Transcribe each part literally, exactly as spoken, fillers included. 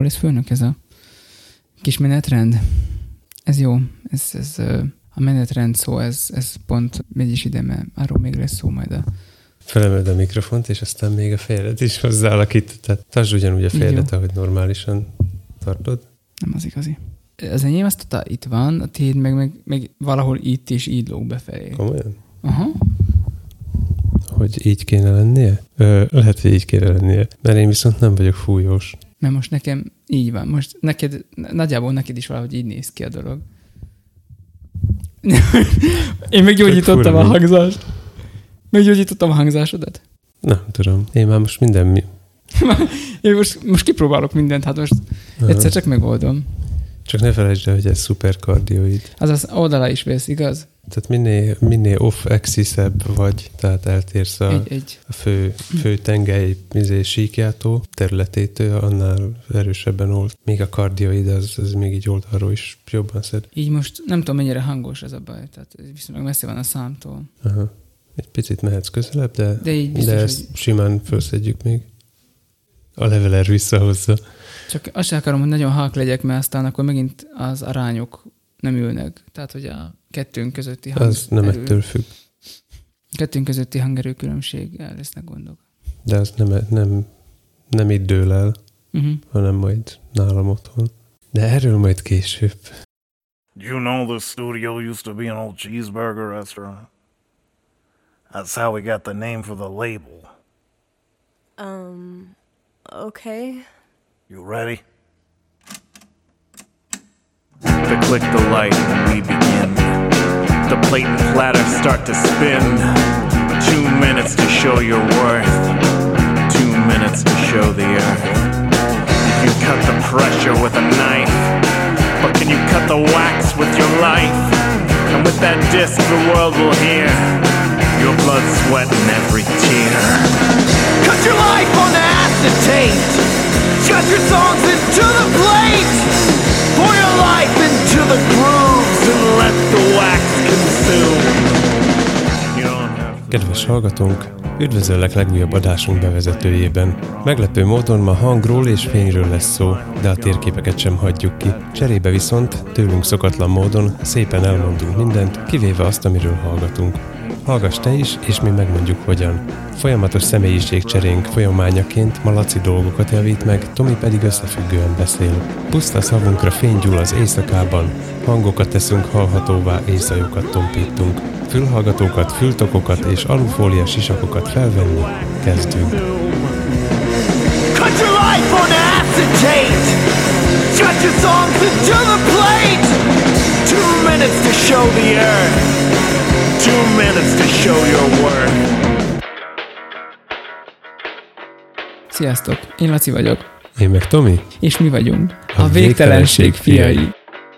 Ez főnök, ez a kis menetrend. Ez jó. Ez, ez a menetrend szó, ez, ez pont megy is ide, mert arról még lesz szó majd a... Felemeld a mikrofont, és aztán még a fejedet is hozzáalakítod. Tehát tartsd ugyanúgy a fejedet, ahogy normálisan tartod. Nem az igazi. Az enyém azt tudta, itt van, a tiéd meg, meg, meg valahol itt is így lóg befelé. Komolyan? Aha. Hogy így kéne lennie? Ö, lehet, hogy így kéne lennie. Mert én viszont nem vagyok fújós. Mert most nekem így van. Most neked, nagyjából neked is valahogy így néz ki a dolog. Én meggyógyítottam a hangzást. Meggyógyítottam a hangzásodat? Nem tudom. Én már most minden... Mi... Én most, most kipróbálok mindent, hát most Aha. egyszer csak megoldom. Csak ne felejtsd el, hogy ez szuper kardioid. Azaz oldalá is vész, igaz? Tehát minél, minél off-axis-ebb vagy, tehát eltérsz a, egy, egy. a fő, fő tengely izé, síkjától, területétől, annál erősebben old. Még a kardioid, az, az még így oldalról is jobban szed. Így most nem tudom, mennyire hangos ez a baj, tehát viszonylag messze van a számtól. Aha. Egy picit mehetsz közelebb, de, de, biztos, de ezt hogy... simán felszedjük még. A leveler visszahozza. Csak azt sem akarom, hogy nagyon halk legyek, mert aztán akkor megint az arányok nem ülnek. Tehát, hogy a kettőnk közötti hangerő... Az nem ettől függ. Kettőnk közötti hangerő különbséggel lesznek gondok. De az nem, nem, nem itt dől el, uh-huh. hanem majd nálam otthon. De erről majd később. You know the studio used to be an old cheeseburger restaurant? That's how we got the name for the label. Um, okay. You ready? To click the light and we begin. The plate and platter start to spin. Two minutes to show your worth. Two minutes to show the earth. You can cut the pressure with a knife, but can you cut the wax with your life? And with that disc the world will hear your blood, sweat, and every tear. Cut your life on the acetate. Shut your songs into the plate. Pour your life into the grooves and let the wax consume. You don't have to. Kedves hallgatónk, üdvözöllek legújabb adásunk bevezetőjében. Meglepő módon ma hangról és fényről lesz szó, de a térképeket sem hagyjuk ki. Cserébe viszont tőlünk szokatlan módon szépen elmondunk mindent, kivéve azt, amiről hallgatunk. Hallgass te is, és mi megmondjuk hogyan. Folyamatos személyiségcserénk folyamányaként ma Laci dolgokat javít meg, Tomi pedig összefüggően beszél. Puszta szavunkra fény gyúl az éjszakában, hangokat teszünk hallhatóvá, éjszajokat tompítunk. Fülhallgatókat, fültokokat és alufólia sisakokat felvenni, kezdünk. Cut your life on acetate. Shut your songs into the plate. Two minutes to show the earth. Two minutes to show your worth. Sziasztok, én Laci vagyok. Én meg Tomi. És mi vagyunk a, a végtelenség fiai. fiai.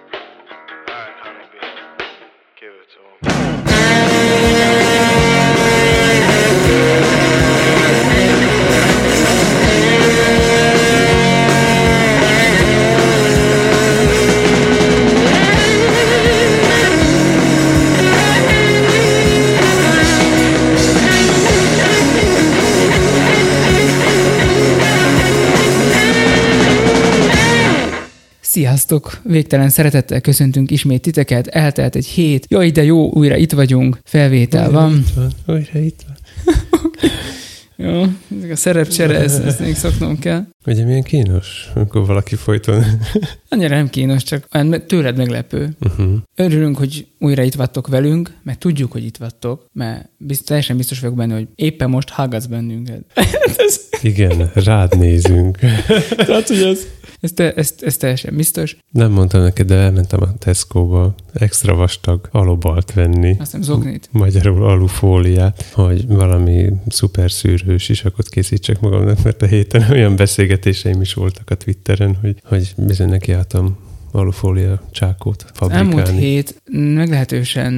Sziasztok! Végtelen szeretettel köszöntünk ismét titeket. Eltelt egy hét. Jaj, de jó, újra itt vagyunk. Felvétel újra van. Itt van. Újra itt van. Jó, ezek a szerepcsere, ezt, ezt még szoknom kell. Ugye milyen kínos, amikor valaki folyton... Annyira nem kínos, csak tőled meglepő. Uh-huh. Örülünk, hogy újra itt vagytok velünk, mert tudjuk, hogy itt vagytok, mert biztos, teljesen biztos vagyok benne, hogy éppen most hallgatsz bennünket. Igen, rád nézünk. Tehát, hogy ez, ez, te, ez, ez teljesen biztos. Nem mondtam neked, de elmentem a Tesco-ba extra vastag alubalt venni. Aztán zoknit. Magyarul alufóliát, hogy valami szuper szűrő sisakot készítsek magamnak, mert a héten olyan beszélgetéseim is voltak a Twitteren, hogy, hogy bizony nekiálltam alufólia csákót fabrikálni. Elmúlt hét meglehetősen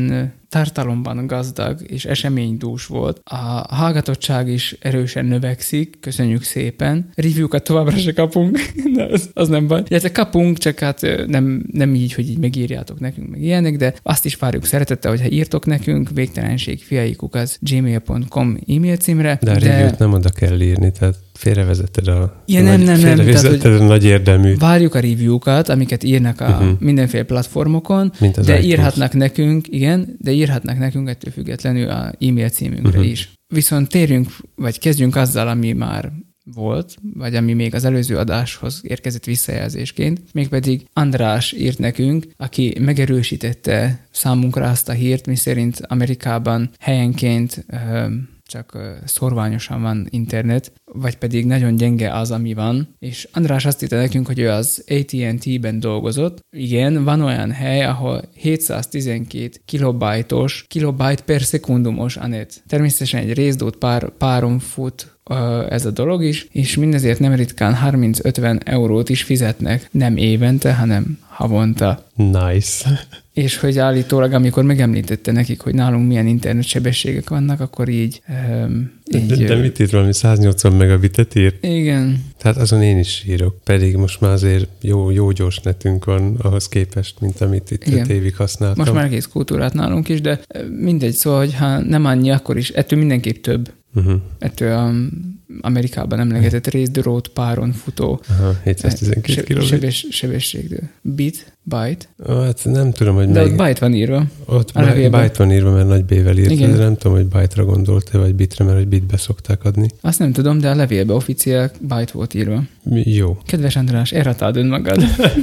tartalomban gazdag és eseménydús volt. A hallgatottság is erősen növekszik, köszönjük szépen. Review-kat továbbra se kapunk, de az, az nem baj. Illetve kapunk, csak hát nem, nem így, hogy így megírjátok nekünk, meg ilyenek, de azt is várjuk szeretettel, hogyha írtok nekünk, végtelenségfiaikuk az gmail pont com e-mail címre. De a de... review-t nem oda kell írni, tehát félrevezetted a, ja, nagy, nem, nem, félrevezetted tehát, a nagy érdemű. Várjuk a review-kat, amiket írnak a uh-huh. mindenféle platformokon, de iTunes. írhatnak nekünk, igen, de írhatnak nekünk ettől függetlenül a e-mail címünkre uh-huh. is. Viszont térjünk, vagy kezdjünk azzal, ami már volt, vagy ami még az előző adáshoz érkezett visszajelzésként, mégpedig András írt nekünk, aki megerősítette számunkra azt a hírt, miszerint Amerikában helyenként csak szorványosan van internet, vagy pedig nagyon gyenge az, ami van, és András azt írta nekünk, hogy ő az á té és té-ben dolgozott. Igen, van olyan hely, ahol hétszáztizenkét kilobajtos, kilobajt per szekundumos a net. Természetesen egy részdót pár, páron fut ez a dolog is, és mindezért nem ritkán harminc-ötven eurót is fizetnek, nem évente, hanem havonta. Nice. És hogy állítólag, amikor megemlítette nekik, hogy nálunk milyen internetsebességek vannak, akkor így... Um, így de, de mit írt valami? száznyolcvan megabitet írt? Igen. Tehát azon én is írok. Pedig most már azért jó, jó gyors netünk van ahhoz képest, mint amit itt öt évig használtam. Most már egész kultúrát nálunk is, de mindegy, szóval, hogy ha nem annyi, akkor is ettől mindenképp több. Uh-huh. Ettől a Amerikában emlegetett részdrót páron futó Aha, hétszáztizenkét kilobit. Sebes, sebességű. Bit? Byte? Hát nem tudom, hogy de még... ott byte van írva. Ott byte van írva, mert nagy B-vel írt, de nem tudom, hogy byte-ra gondolt-e, vagy bitre, mert hogy bitbe szokták adni. Azt nem tudom, de a levélbe officiál byte volt írva. Jó. Kedves András, elratáld önmagad.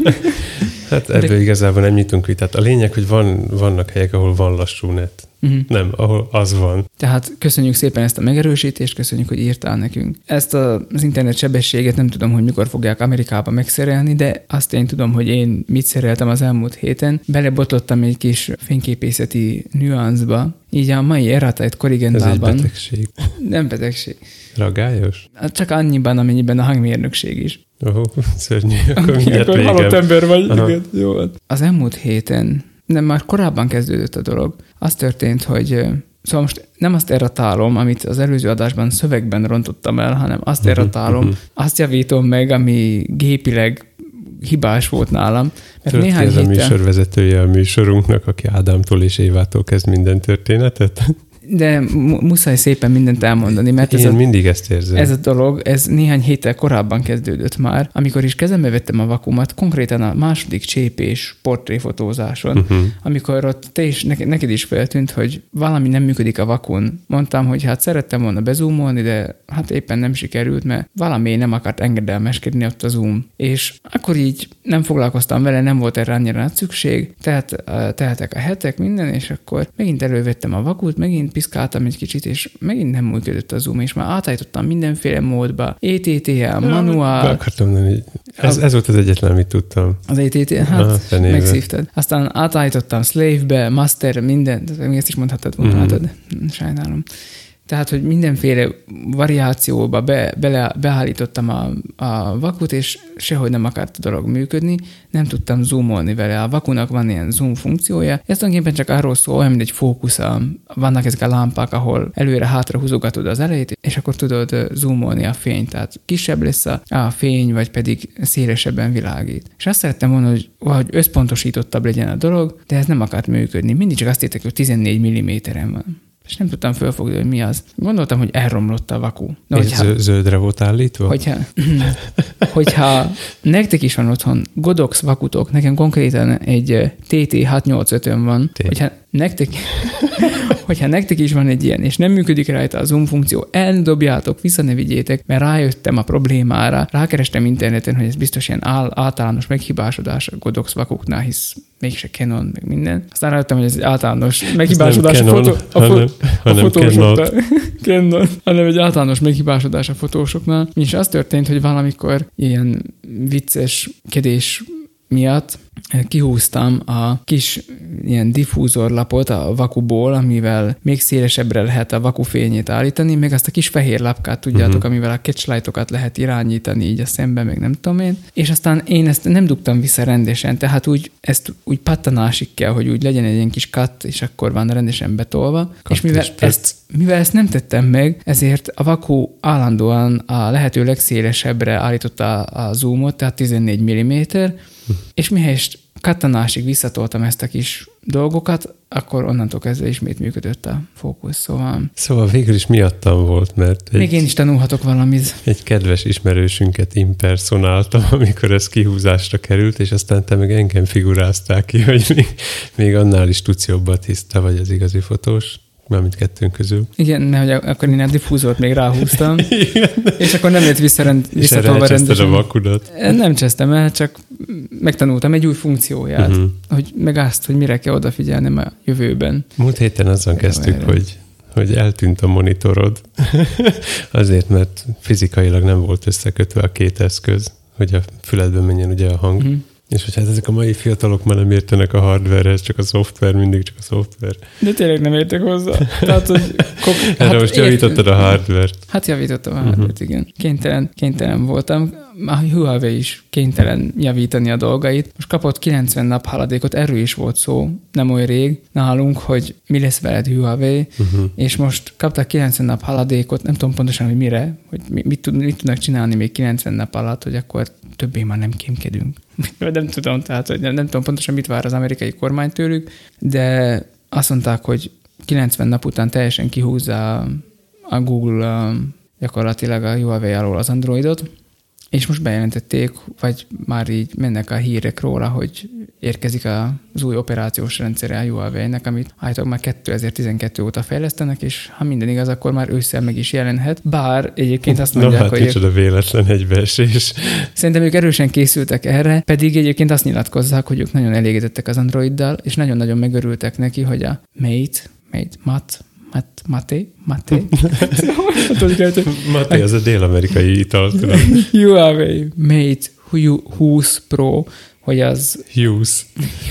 Hát ebből de... igazából nem nyitunk vitát. A lényeg, hogy van, vannak helyek, ahol van lassú net. Uh-huh. Nem, ahol az van. Tehát köszönjük szépen ezt a megerősítést, köszönjük, hogy írtál nekünk. Ezt a, az internet sebességet nem tudom, hogy mikor fogják Amerikában megszerelni, de azt én tudom, hogy én mit szereltem az elmúlt héten. Belebotlottam egy kis fényképészeti nüanszba, így a mai erratályt korrigendálban. Ez egy betegség. Nem betegség. Ragályos? Csak annyiban, amennyiben a hangmérnökség is. Ó, oh, szörnyű. Akkor mindjárt végem. Halott ember vagy. Igen, jó. Az elmúlt héten, nem, már korábban kezdődött a dolog. Az történt, hogy szóval most nem azt erratálom, amit az előző adásban szövegben rontottam el, hanem azt erratálom, azt javítom meg, ami gépileg hibás volt nálam. Mert néhány héten... a műsorvezetője a műsorunknak, aki Ádámtól és Évától kezd minden történetet. De muszáj szépen mindent elmondani, mert ez Én a, mindig ezt érzem. Ez a dolog, ez néhány héttel korábban kezdődött már, amikor is kezembe vettem a vakumat, konkrétan a második csépés portréfotózáson, uh-huh. amikor ott te is, neked is feltűnt, hogy valami nem működik a vakun. Mondtam, hogy hát szerettem volna bezoomolni, de hát éppen nem sikerült, mert valami nem akart engedelmeskedni ott a zoom. És akkor így nem foglalkoztam vele, nem volt erre annyira nagy szükség, tehát teltek a hetek, minden, és akkor megint elővettem a vakut, megint piszkáltam egy kicsit, és megint nem működött a zoom, és már átállítottam mindenféle módba. á té té el, manuál. Be akartam mondani, ez, ez volt az egyetlen, amit tudtam. Az á té té, hát ah, megszívtad. Aztán átállítottam slave-be, master, mindent, még ezt is mondhatod volna, mm. hát, sajnálom. Tehát, hogy mindenféle variációba be, bele, beállítottam a, a vakut, és sehogy nem akart a dolog működni, nem tudtam zoomolni vele. A vakunak van ilyen zoom funkciója. Ez tulajdonképpen csak arról szól, olyan, mint egy fókusza. Vannak ezek a lámpák, ahol előre-hátra húzogatod az elejét, és akkor tudod zoomolni a fényt. Tehát kisebb lesz a, a fény, vagy pedig szélesebben világít. És azt szerettem volna, hogy, hogy összpontosítottabb legyen a dolog, de ez nem akart működni. Mindig csak azt írták, hogy tizennégy milliméteren van. És nem tudtam fölfogni, hogy mi az. Gondoltam, hogy elromlott a vaku. No, és hogyha, zöldre volt állítva? Hogyha, hogyha nektek is van otthon Godox vakutok, nekem konkrétan egy té té hatszáznyolcvanötön van, Té. hogyha nektek, hogyha nektek is van egy ilyen, és nem működik rajta a zoom funkció, eldobjátok, vissza ne vigyétek, mert rájöttem a problémára, rákerestem interneten, hogy ez biztos ilyen általános meghibásodás a Godox vakuknál, hisz mégse Canon, meg minden. Aztán rájöttem, hogy ez egy általános meghibásodás a, fotó, a, hanem, a hanem fotósoknál. Canon, hanem egy általános meghibásodás a fotósoknál. És az történt, hogy valamikor ilyen vicceskedés miatt kihúztam a kis ilyen diffúzorlapot a vakuból, amivel még szélesebbre lehet a vaku fényét állítani, meg azt a kis fehér lapkát, tudjátok, uh-huh. amivel a catchlightokat lehet irányítani így a szembe, meg nem tudom én. És aztán én ezt nem dugtam vissza rendesen, tehát úgy ezt úgy pattanásig kell, hogy úgy legyen egy ilyen kis cut, és akkor van rendesen betolva. Kat és mivel ezt, mivel ezt nem tettem meg, ezért a vaku állandóan a lehető legszélesebbre állította a zoomot, tehát tizennégy milliméter, hm. és mihelyest kattanásig visszatoltam ezt a kis dolgokat, akkor onnantól kezdve ismét működött a fókusz, szóval... Szóval végül is miattam volt, mert... Egy, még én is tanulhatok valamit. Egy kedves ismerősünket impersonáltam, amikor ez kihúzásra került, és aztán te meg engem figuráztál ki, hogy még, még annál is tudsz jobbat, hisz te vagy az igazi fotós. Mármint kettőnk közül. Igen, nehogy akkor én a diffúzort még ráhúztam, és akkor nem jött visszarend, visszatolva rendesen. És a vakudat. Nem csesztem el, csak megtanultam egy új funkcióját, uh-huh. hogy meg azt, hogy mire kell odafigyelnem a jövőben. Múlt héten azzal kezdtük, hogy, hogy eltűnt a monitorod, azért, mert fizikailag nem volt összekötve a két eszköz, hogy a füledben menjen ugye a hang. Uh-huh. És hogy hát ezek a mai fiatalok már nem értenek a hardware-hez, csak a szoftver, mindig csak a szoftver. De tényleg nem értek hozzá. Tehát, hogy kok... Erre hát most javítottad a hardware-t. Hát javítottam a hardware-t, uh-huh. igen. Kénytelen, kénytelen voltam. A Huawei is kénytelen javítani a dolgait. Most kapott kilencven nap haladékot, erről is volt szó, nem olyan rég nálunk, hogy mi lesz veled Huawei, uh-huh. és most kaptak kilencven nap haladékot, nem tudom pontosan, hogy mire, hogy mit, tud, mit tudnak csinálni még kilencven nap alatt, hogy akkor többé már nem kémkedünk. nem tudom, tehát, hogy nem, nem tudom pontosan, mit vár az amerikai kormány tőlük, de azt mondták, hogy kilencven nap után teljesen kihúzza a Google a, gyakorlatilag a Huawei alól az Androidot, és most bejelentették, vagy már így mennek a hírek róla, hogy érkezik az új operációs rendszere a Huawei-nek, amit állítólag már kétezer-tizenkettő óta fejlesztenek, és ha minden igaz, akkor már ősszel meg is jelenhet. Bár egyébként azt mondják, no, hát hogy... micsoda véletlen egybeesés. Szerintem ők erősen készültek erre, pedig egyébként azt nyilatkozzák, hogy ők nagyon elégedettek az Androiddal, és nagyon-nagyon megörültek neki, hogy a Mate, Mate, Mat, Mat, Mate, Mate. Mate, az a dél-amerikai ital, tudom. Huawei Mate húsz Pro, hogy az... Hughes.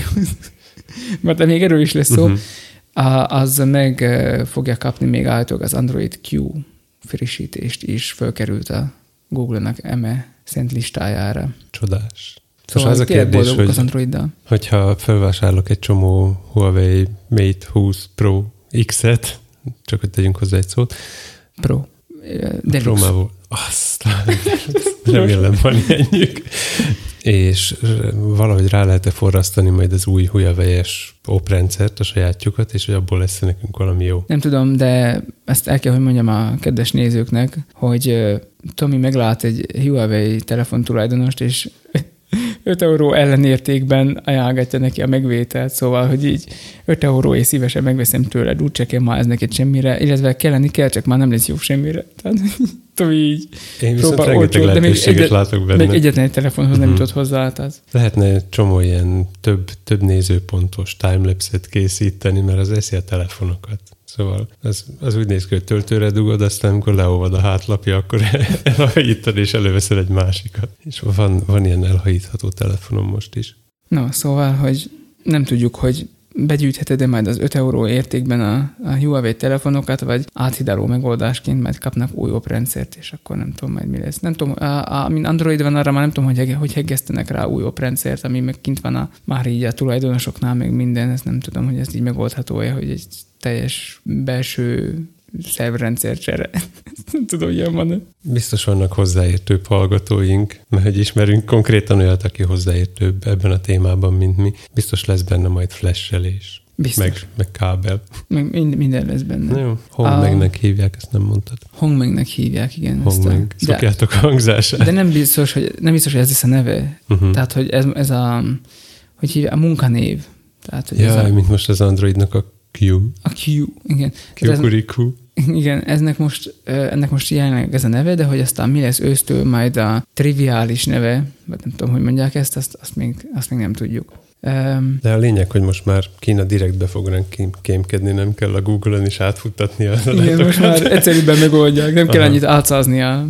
Mert még erről is lesz szó. Uh-huh. Az meg fogja kapni még állítólag az Android Q frissítést is, fölkerült a Google-nak eme szent listájára. Csodás. Szóval az a kérdés, hogy az Androiddal. Hogyha felvásárolok egy csomó Huawei Mate húsz Pro X-et, csak hogy tegyünk hozzá egy szót. Pro. De Pro már volt. Aztán remélem van ilyenjük. És valahogy rá lehet-e forrasztani majd az új Huawei-es oprendszert, a sajátjukat, és hogy abból lesz nekünk valami jó. Nem tudom, de ezt el kell, hogy mondjam a kedves nézőknek, hogy Tomi meglát egy Huawei telefontulajdonost, és öt euró ellenértékben ajánlgatja neki a megvételt, szóval, hogy így öt euró és szívesen megveszem tőled, úgy csak már ez neked semmire, illetve kelleni kell, csak már nem lesz jó semmire. Tehát Tomi így én viszont rengeteg lehetőséget látok benne. Még egyetlen egy telefonhoz nem jutott hozzá. Tehát. Lehetne egy csomó ilyen több, több nézőpontos timelapse-et készíteni, mert az eszi a telefonokat. Szóval az, az úgy néz ki, hogy töltőre dugod, aztán amikor leolvad a hátlapja, akkor elhajítod, és előveszel egy másikat. És van, van ilyen elhajítható telefonom most is. No, szóval, hogy nem tudjuk, hogy begyűjtheted-e majd az öt euró értékben a, a Huawei telefonokat, vagy áthidaló megoldásként majd kapnak új oprendszert, és akkor nem tudom majd mi lesz. Nem tudom, amin Android van, arra már nem tudom, hogy, hogy heggesztenek rá új oprendszert, ami meg kint van a, már így a tulajdonosoknál, meg minden, ezt nem tudom, hogy ez így megoldható-e, hogy egy teljes belső szervrendszer csere. Nem tudom, ilyen van. Biztos vannak hozzáértőbb hallgatóink, mert hogy ismerünk konkrétan olyat, aki hozzáértőbb ebben a témában, mint mi. Biztos lesz benne majd flashelés. Meg, meg kábel. Meg minden lesz benne. Jó, Hongmegnek hívják, ezt nem mondtad. Hongmegnek hívják, igen. Hongmeg. Szokjátok a hangzását. De nem biztos, hogy, nem biztos, hogy ez lesz a neve. Uh-huh. Tehát, hogy ez, ez a, hogy hívják, a munkanév. Tehát, hogy Jaj, ez a, mint most az Androidnak a Q. A Q, igen. Q-kuriku. Igen, eznek most, ennek most jelenleg ez a neve, de hogy aztán mi lesz ősztől majd a triviális neve, vagy nem tudom, hogy mondják ezt, azt, azt, még, azt még nem tudjuk. De a lényeg, hogy most már Kína direktbe fog ránk kémkedni, nem kell a Google-on is átfuttatni az adatokat. Igen, most már egyszerűbben megoldják, nem kell annyit átszázni a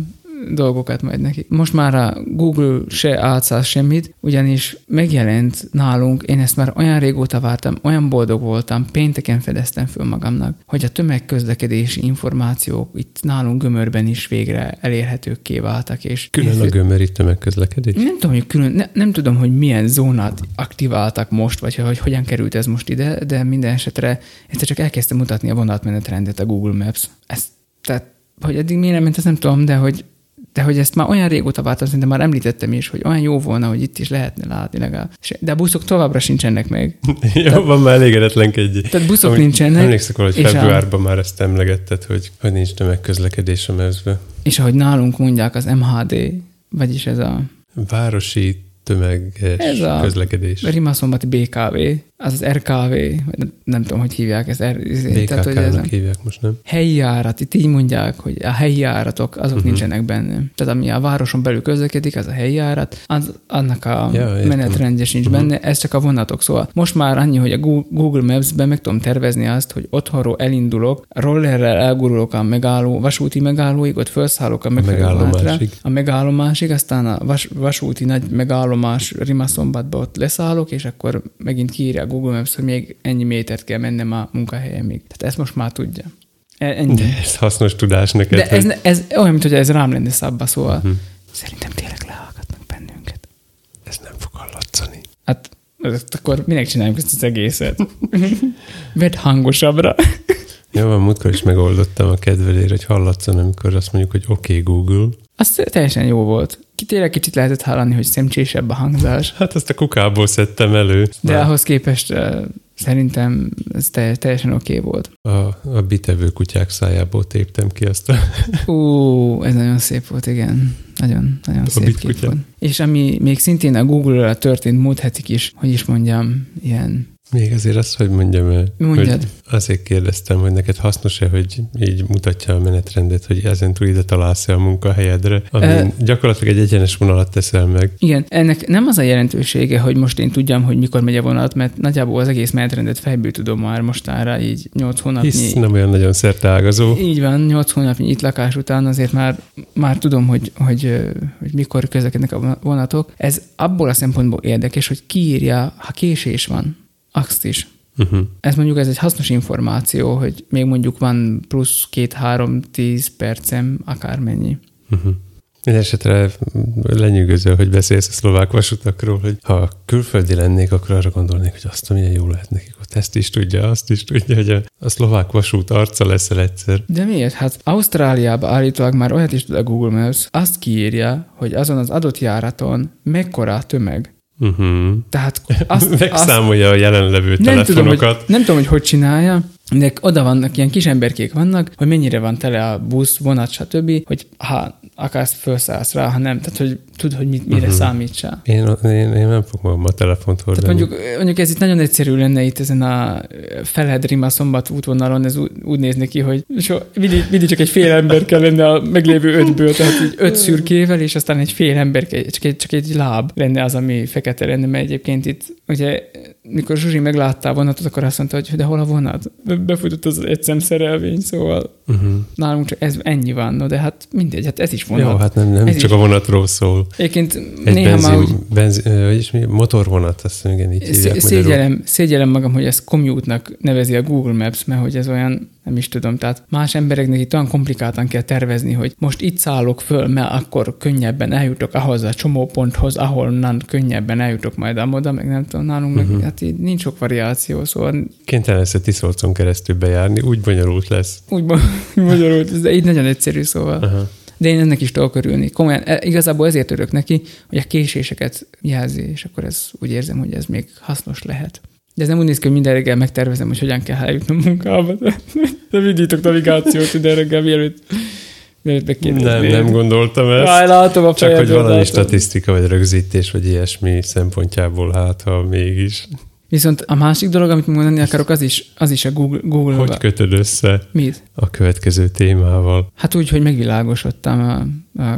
dolgokat majd neki. Most már a Google se álcáz semmit, ugyanis megjelent nálunk, én ezt már olyan régóta vártam, olyan boldog voltam, pénteken fedeztem föl magamnak, hogy a tömegközlekedési információk itt nálunk Gömörben is végre elérhetőkké váltak. És külön a gömöri tömegközlekedés? Nem tudom, hogy külön, ne, nem tudom, hogy milyen zónát aktiváltak most, vagy hogy hogyan került ez most ide, de minden esetre egyszer csak elkezdtem mutatni a vonatmenetrendet a Google Maps. Ezt, tehát, hogy eddig miért nem ment, ezt nem tudom, de hogy, de hogy ezt már olyan régóta vártam, szerintem már említettem is, hogy olyan jó volna, hogy itt is lehetne látni legalább. De a buszok továbbra sincsenek meg. Jó, van már elégedetlenkedj. Tehát buszok Amúgy nincsenek. Emlékszek, hogy februárban a... már ezt emlegetted, hogy, hogy nincs tömegközlekedés a mezbe. És ahogy nálunk mondják, az em há dé, vagyis ez a... városi tömeges ez a közlekedés. Rimaszombati bé ká vé, az az er ká vé, nem, nem tudom, hogy hívják ezt. bé ká ká-nak hívják most, nem? Helyi járat, itt így mondják, hogy a helyi járatok, azok uh-huh. nincsenek benne. Tehát ami a városon belül közlekedik, az a helyi járat, az, annak a ja, menetrendje sincs uh-huh. benne, ez csak a vonatok. Szóval most már annyi, hogy a Google Maps-ben meg tudom tervezni azt, hogy otthonról elindulok, rollerrel elgurulok a megálló, vasúti megállóig, ott felszállok a, a megállomásig. A megállomásig, aztán a vas, vasúti nagy megállomás Rimaszombatba ott leszállok, és akkor megint kiírja Google Maps, hogy még ennyi métert kell mennem a munkahelyemig. Tehát ezt most már tudja. Ennyi. De ez hasznos tudás neked. De ez, ez olyan, mint hogy ez rám lenne szabba, szóval uh-huh. szerintem tényleg lehallgatnak bennünket. Ez nem fog hallatszani. Hát akkor minek csináljuk ezt az egészet? Vedd hangosabbra. Jó, van, múltkor is megoldottam a kedvelére, hogy hallatszon, amikor azt mondjuk, hogy oké, okay, Google. Az teljesen jó volt. Tényleg kicsit lehetett hallani, hogy szemcsésebb a hangzás. Hát azt a kukából szedtem elő. De már. Ahhoz képest uh, szerintem ez teljesen oké okay volt. A, a bitevő kutyák szájából téptem ki azt a... Ú, ez nagyon szép volt, igen. Nagyon, nagyon a szép kép volt. És ami még szintén a Google-ra történt múlt hetig is, hogy is mondjam, ilyen... Még azért azt, hogy mondjam el, Mondjad. Hogy azért kérdeztem, hogy neked hasznos-e, hogy így mutatja a menetrendet, hogy ezentúl ide találsz-e a munkahelyedre, ami uh, gyakorlatilag egy egyenes vonalat teszel meg. Igen, ennek nem az a jelentősége, hogy most én tudjam, hogy mikor megy a vonat, mert nagyjából az egész menetrendet fejből tudom már mostanra, így nyolc hónapnyi. Hisz nem olyan nagyon szerteágazó. Így van, nyolc hónapnyi itt lakás után azért már, már tudom, hogy, hogy, hogy mikor közlekednek a vonatok. Ez abból a szempontból érdekes, hogy kiírja, ha késés van. Azt is. Uh-huh. Ez mondjuk ez egy hasznos információ, hogy még mondjuk van plusz két-három-tíz percem, akármennyi. Uh-huh. Mindenesetre lenyűgöző, hogy beszélsz a szlovák vasutakról, hogy ha külföldi lennék, akkor arra gondolnék, hogy azt milyen jó lehet nekik. Ott ezt is tudja, azt is tudja, hogy a, a szlovák vasút arca leszel egyszer. De miért? Hát Ausztráliában állítólag már olyat is tud a Google Maps, azt kiírja, hogy azon az adott járaton mekkora a tömeg. Uh-huh. Tehát azt, megszámolja azt, a jelenlevő nem telefonokat. Tudom, hogy, nem tudom, hogy hogy csinálja, de oda vannak, ilyen kis emberkék vannak, hogy mennyire van tele a busz, vonat, stb., hogy ha akarsz, felszállsz rá, ha nem, tehát hogy tud, hogy mit, mire uh-huh. számítsál. Én, én, én nem fogom a telefont hordani. Tehát mondjuk, mondjuk ez itt nagyon egyszerű lenne itt ezen a Feled-Rimaszombat útvonalon, ez úgy, úgy néz neki, hogy so, mindig, mindig csak egy fél ember kell lenne a meglévő ötből, tehát így öt szürkével, és aztán egy fél ember, csak egy, csak egy láb lenne az, ami fekete lenne, mert egyébként itt, ugye, mikor Zsuzsi meglátta a vonatot, akkor azt mondta, hogy de hol a vonat? Befutott az egyszem szerelvény, szóval uh-huh. nálunk csak ez ennyi van, no, de hát mindegy, hát ez is vonat. Jó, hát nem, nem csak is a vonatról szól. Egyébként egy néha benzin, már úgy... benzin, vagyis mi? Motorvonat, azt hiszem, igen, így hívják. Szégyellem, szégyellem magam, hogy ezt commute-nak nevezi a Google Maps, mert hogy ez olyan, nem is tudom, tehát más embereknek itt olyan komplikáltan kell tervezni, hogy most itt szállok föl, mert akkor könnyebben eljutok ahhoz a csomóponthoz, ahonnan könnyebben eljutok majd amoda, meg nem tudom, nálunk uh-huh. meg, hát így nincs sok variáció, szóval... Kénytelen lesz a Tiszolcon keresztül bejárni, úgy bonyolult lesz. Úgy bonyolult, de így nagyon egyszerű, szóval... Uh-huh. De én ennek is tudok örülni. Komolyan, igazából ezért örülök neki, hogy a késéseket jelzi, és akkor ez úgy érzem, hogy ez még hasznos lehet. De ez nem úgy néz ki, hogy minden reggel megtervezem, hogy hogyan kell eljutnom munkába. De mindítok navigációt minden reggel, mielőtt, mielőtt Nem, nem gondoltam ezt. Jaj, látom a Csak hogy valami látom. Statisztika, vagy rögzítés, vagy ilyesmi szempontjából, hát ha mégis. Viszont a másik dolog, amit mondani akarok, az is, az is a Google... Google hogy kötöd össze Mit? a következő témával? Hát úgy, hogy megvilágosodtam a, a,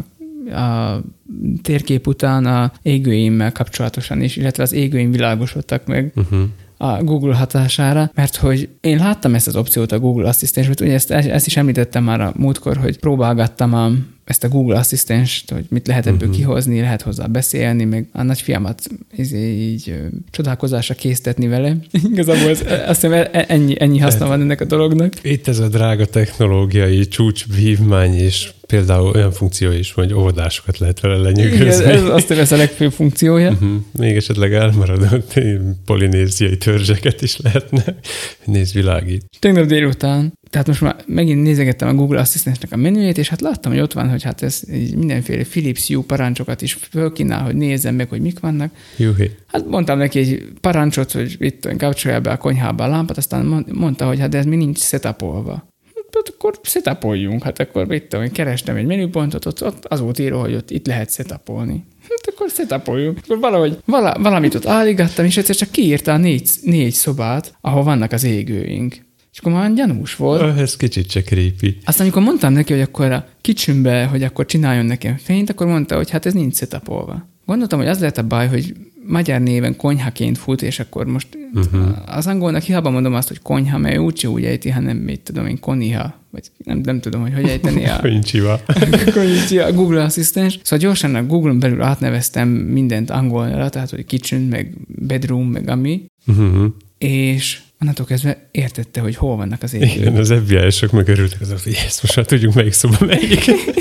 a térkép után a égőimmel kapcsolatosan is, illetve az égőim világosodtak meg uh-huh. a Google hatására, mert hogy én láttam ezt az opciót a Google Asszisztensben, ugye ezt, ezt is említettem már a múltkor, hogy próbálgattam a ezt a Google asszisztenst, hogy mit lehet ebből uh-huh. kihozni, lehet hozzá beszélni, meg a nagyfiamat így ö, csodálkozásra késztetni vele. Igazából ez, azt hiszem ennyi, ennyi haszna van ennek a dolognak. Itt ez a drága technológiai csúcsvívmány, és például olyan funkció is, hogy óvodásokat lehet vele lenyűgözni. Ez, ez azt hiszem ez a legfőbb funkciója. Uh-huh. Még esetleg elmaradott polinéziai törzseket is lehetne. Nézd, világít. Tegnap délután, tehát most már megint nézegettem a Google Asszisztensnek a menüjét, és hát láttam, hogy ott van, hogy hát ez mindenféle Philips Hue parancsokat is fölkínál, hogy nézzem meg, hogy mik vannak. Juhi. Hát mondtam neki egy parancsot, hogy itt kapcsolja be a konyhába a lámpát, aztán mondta, hogy hát ez mi nincs setupolva. Hát akkor setupoljunk, hát akkor itt tudom, kerestem egy menüpontot, ott, ott az volt írva, hogy ott itt lehet setupolni. Hát akkor setupoljuk. Akkor valahogy vala, valamit ott álligattam, és egyszer csak kiírta a négy, négy szobát, ahol vannak az égőink. És akkor már gyanús volt. Ez kicsit csak creepy. Aztán amikor mondtam neki, hogy akkor a kicsimbe, hogy akkor csináljon nekem fényt, akkor mondta, hogy hát ez nincs setupolva. Gondoltam, hogy az lehet a baj, hogy magyar néven konyhaként fut, és akkor most uh-huh. az angolnak hiába mondom azt, hogy konyha, mert úgyse úgy ejti, hanem mit tudom én, koniha, vagy nem, nem tudom, hogy hogy ejteni a... Konycsiva. Konycsiva, a Google Asszisztens. Szóval gyorsan a Google-on belül átneveztem mindent angolra, tehát hogy kitchen, meg bedroom, meg ami, uh-huh. és onnantól kezdve értette, hogy hol vannak az égők. Igen, az ef bé i-sok meg örültek, az, hogy ezt most már tudjuk, melyik szoba melyik.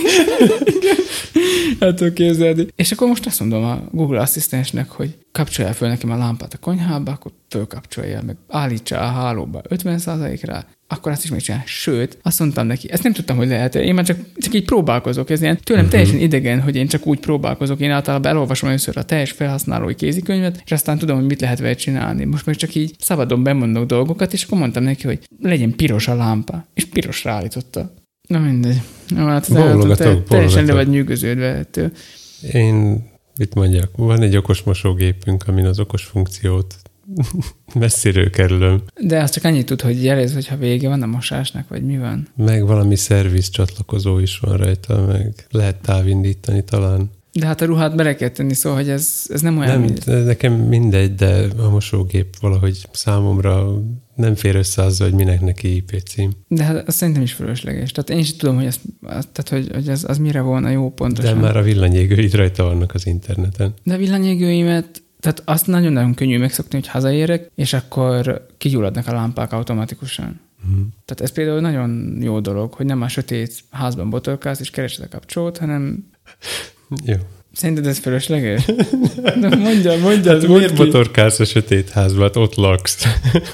Hát tudok képzelni. És akkor most azt mondom a Google Asszisztensnek, hogy kapcsolja föl nekem a lámpát a konyhába, akkor fölkapcsolja, meg állítsa a hálóba ötven százalékra, akkor azt is megcsinál. Sőt, azt mondtam neki, ezt nem tudtam, hogy lehet. Én már csak, csak így próbálkozok. Ez ilyen tőlem uh-huh. teljesen idegen, hogy én csak úgy próbálkozok. Én általában elolvasom először a teljes felhasználói kézikönyvet, és aztán tudom, hogy mit lehet vele csinálni. Most meg csak így szabadon bemondok dolgokat, és akkor mondtam neki, hogy legyen piros a lámpa. És pirosra állította. Na mindegy. Na, hát te, teljesen le vagy nyűgöződve ettől. Én, mit mondjak, van egy okos mosógépünk, amin az okos funkciót messziről kerülöm. De azt csak annyit tud, hogy jelez, hogyha vége van a mosásnak, vagy mi van. Meg valami szerviz csatlakozó is van rajta, meg lehet távindítani talán. De hát a ruhát bele kell tenni, szóval, hogy ez, ez nem olyan... Nem, mind... nekem mindegy, de a mosógép valahogy számomra nem fér össze azzal, hogy minek neki í pé cím. De hát az szerintem is fölösleges. Tehát én is tudom, hogy, ez, tehát, hogy, hogy az, az mire volna jó pontosan. De már a villanyégőid rajta vannak az interneten. De a villanyégőimet, tehát azt nagyon-nagyon könnyű megszokni, hogy hazaérek, és akkor kigyulladnak a lámpák automatikusan. Hmm. Tehát ez például nagyon jó dolog, hogy nem a sötét házban botorkálsz, és keresed a kapcsolót, hanem... Jó. Szerinted ez fölösleges? De mondja, mondja. Hát miért botorkálsz a sötét házban? Hát ott laksz.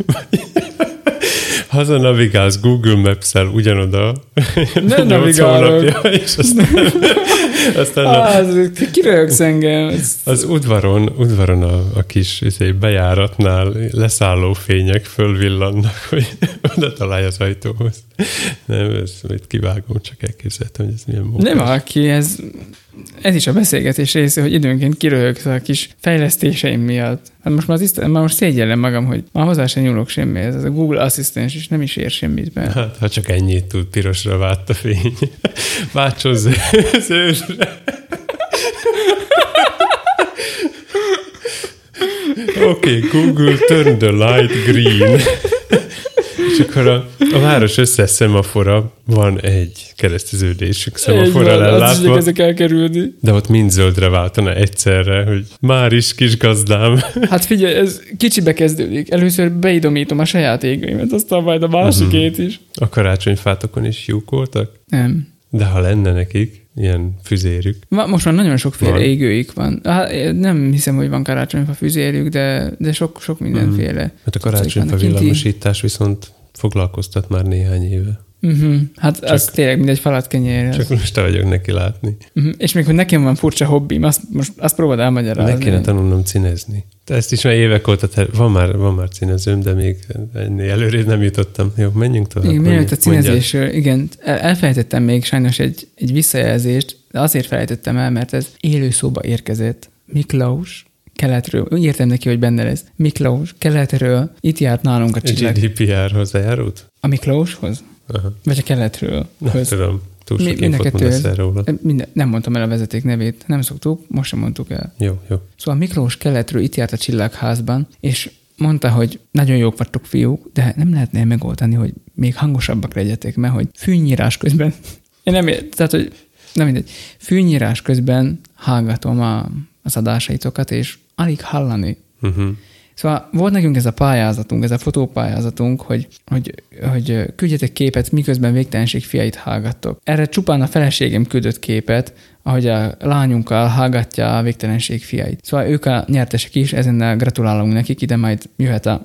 Haza navigálsz Google Maps-el ugyanoda. Nem navigálok. És aztán... aztán ah, a, kiröhögsz engem. Az udvaron, udvaron a, a kis bejáratnál leszálló fények fölvillannak, hogy oda találj az ajtóhoz. Nem, ezt itt kivágom, csak elképzeltem, hogy ez milyen mókás. Nem aki, ez... Ez is a beszélgetés része, hogy időnként kiröhögsz a kis fejlesztéseim miatt. Hát most már, az Isten, már most szégyellem magam, hogy már hozzá sem nyúlok semmihez. Ez a Google Asszisztens is nem is ér semmit be. Hát, ha csak ennyit tud, pirosra vált a fény. Váltson zöldre. Oké, okay, Google, turn the light green. És akkor a, a város összes szemafora van egy kereszteződésük szemaforral ellátva. Ezek elkerülni. De ott mind zöldre váltana egyszerre, hogy már is kis gazdám. Hát figyelj, ez kicsibe kezdődik. Először beidomítom a saját égőimet, aztán majd a másikét uh-huh. is. A karácsonyfátokon is lyuk voltak? Nem. De ha lenne nekik ilyen füzérük. Most már nagyon sokféle van. Égőik van. Hát nem hiszem, hogy van karácsonyfa füzérük, de, de sok, sok mindenféle. Mm. Hát a karácsonyfa villamosítás viszont foglalkoztat már néhány éve. Uh-huh. Hát csak, az tényleg mindegy falat kenyér. Csak most te vagyok neki látni. Uh-huh. És még, hogy nekem van furcsa hobbim, azt, most azt próbáld elmagyarázni. Meg kéne tanulnom színezni. De ezt is már évek óta, ter- van már, van már színezőm, de még ennél előrébb nem jutottam. Jó, menjünk tovább. Igen, mielőtt a színezésről, igen, elfelejtettem még sajnos egy, egy visszajelzést, de azért felejtettem el, mert ez élő szóba érkezett. Miklós keletről, úgy értem neki, hogy benne lesz. Miklós keletről, itt járt nálunk a csillag. gé dé pé er-hoz járult? A Miklóshoz? Aha. Vagy a keletről? Nem tudom, túl sok Mi, infot mondasz el róla. Minden, nem mondtam el a vezeték nevét, nem szoktuk, most sem mondtuk el. Jó, jó. Szóval Miklós keletről itt járt a Csillagházban, és mondta, hogy nagyon jók vagytok fiúk, de nem lehetne megoldani, hogy még hangosabbak legyetek, mert hogy fűnyírás közben. Én nem, tehát, hogy Na mindegy. Fűnyírás közben hallgatom a, az adásaitokat, és alig hallani. Uh-huh. Szóval volt nekünk ez a pályázatunk, ez a fotópályázatunk, hogy, hogy, hogy küldjetek képet, miközben Végtelenség fiait hallgattok. Erre csupán a feleségem küldött képet, ahogy a lányunkkal hallgatja a Végtelenség fiait. Szóval ők a nyertesek is, ezennel gratulálunk nekik, ide majd jöhet a...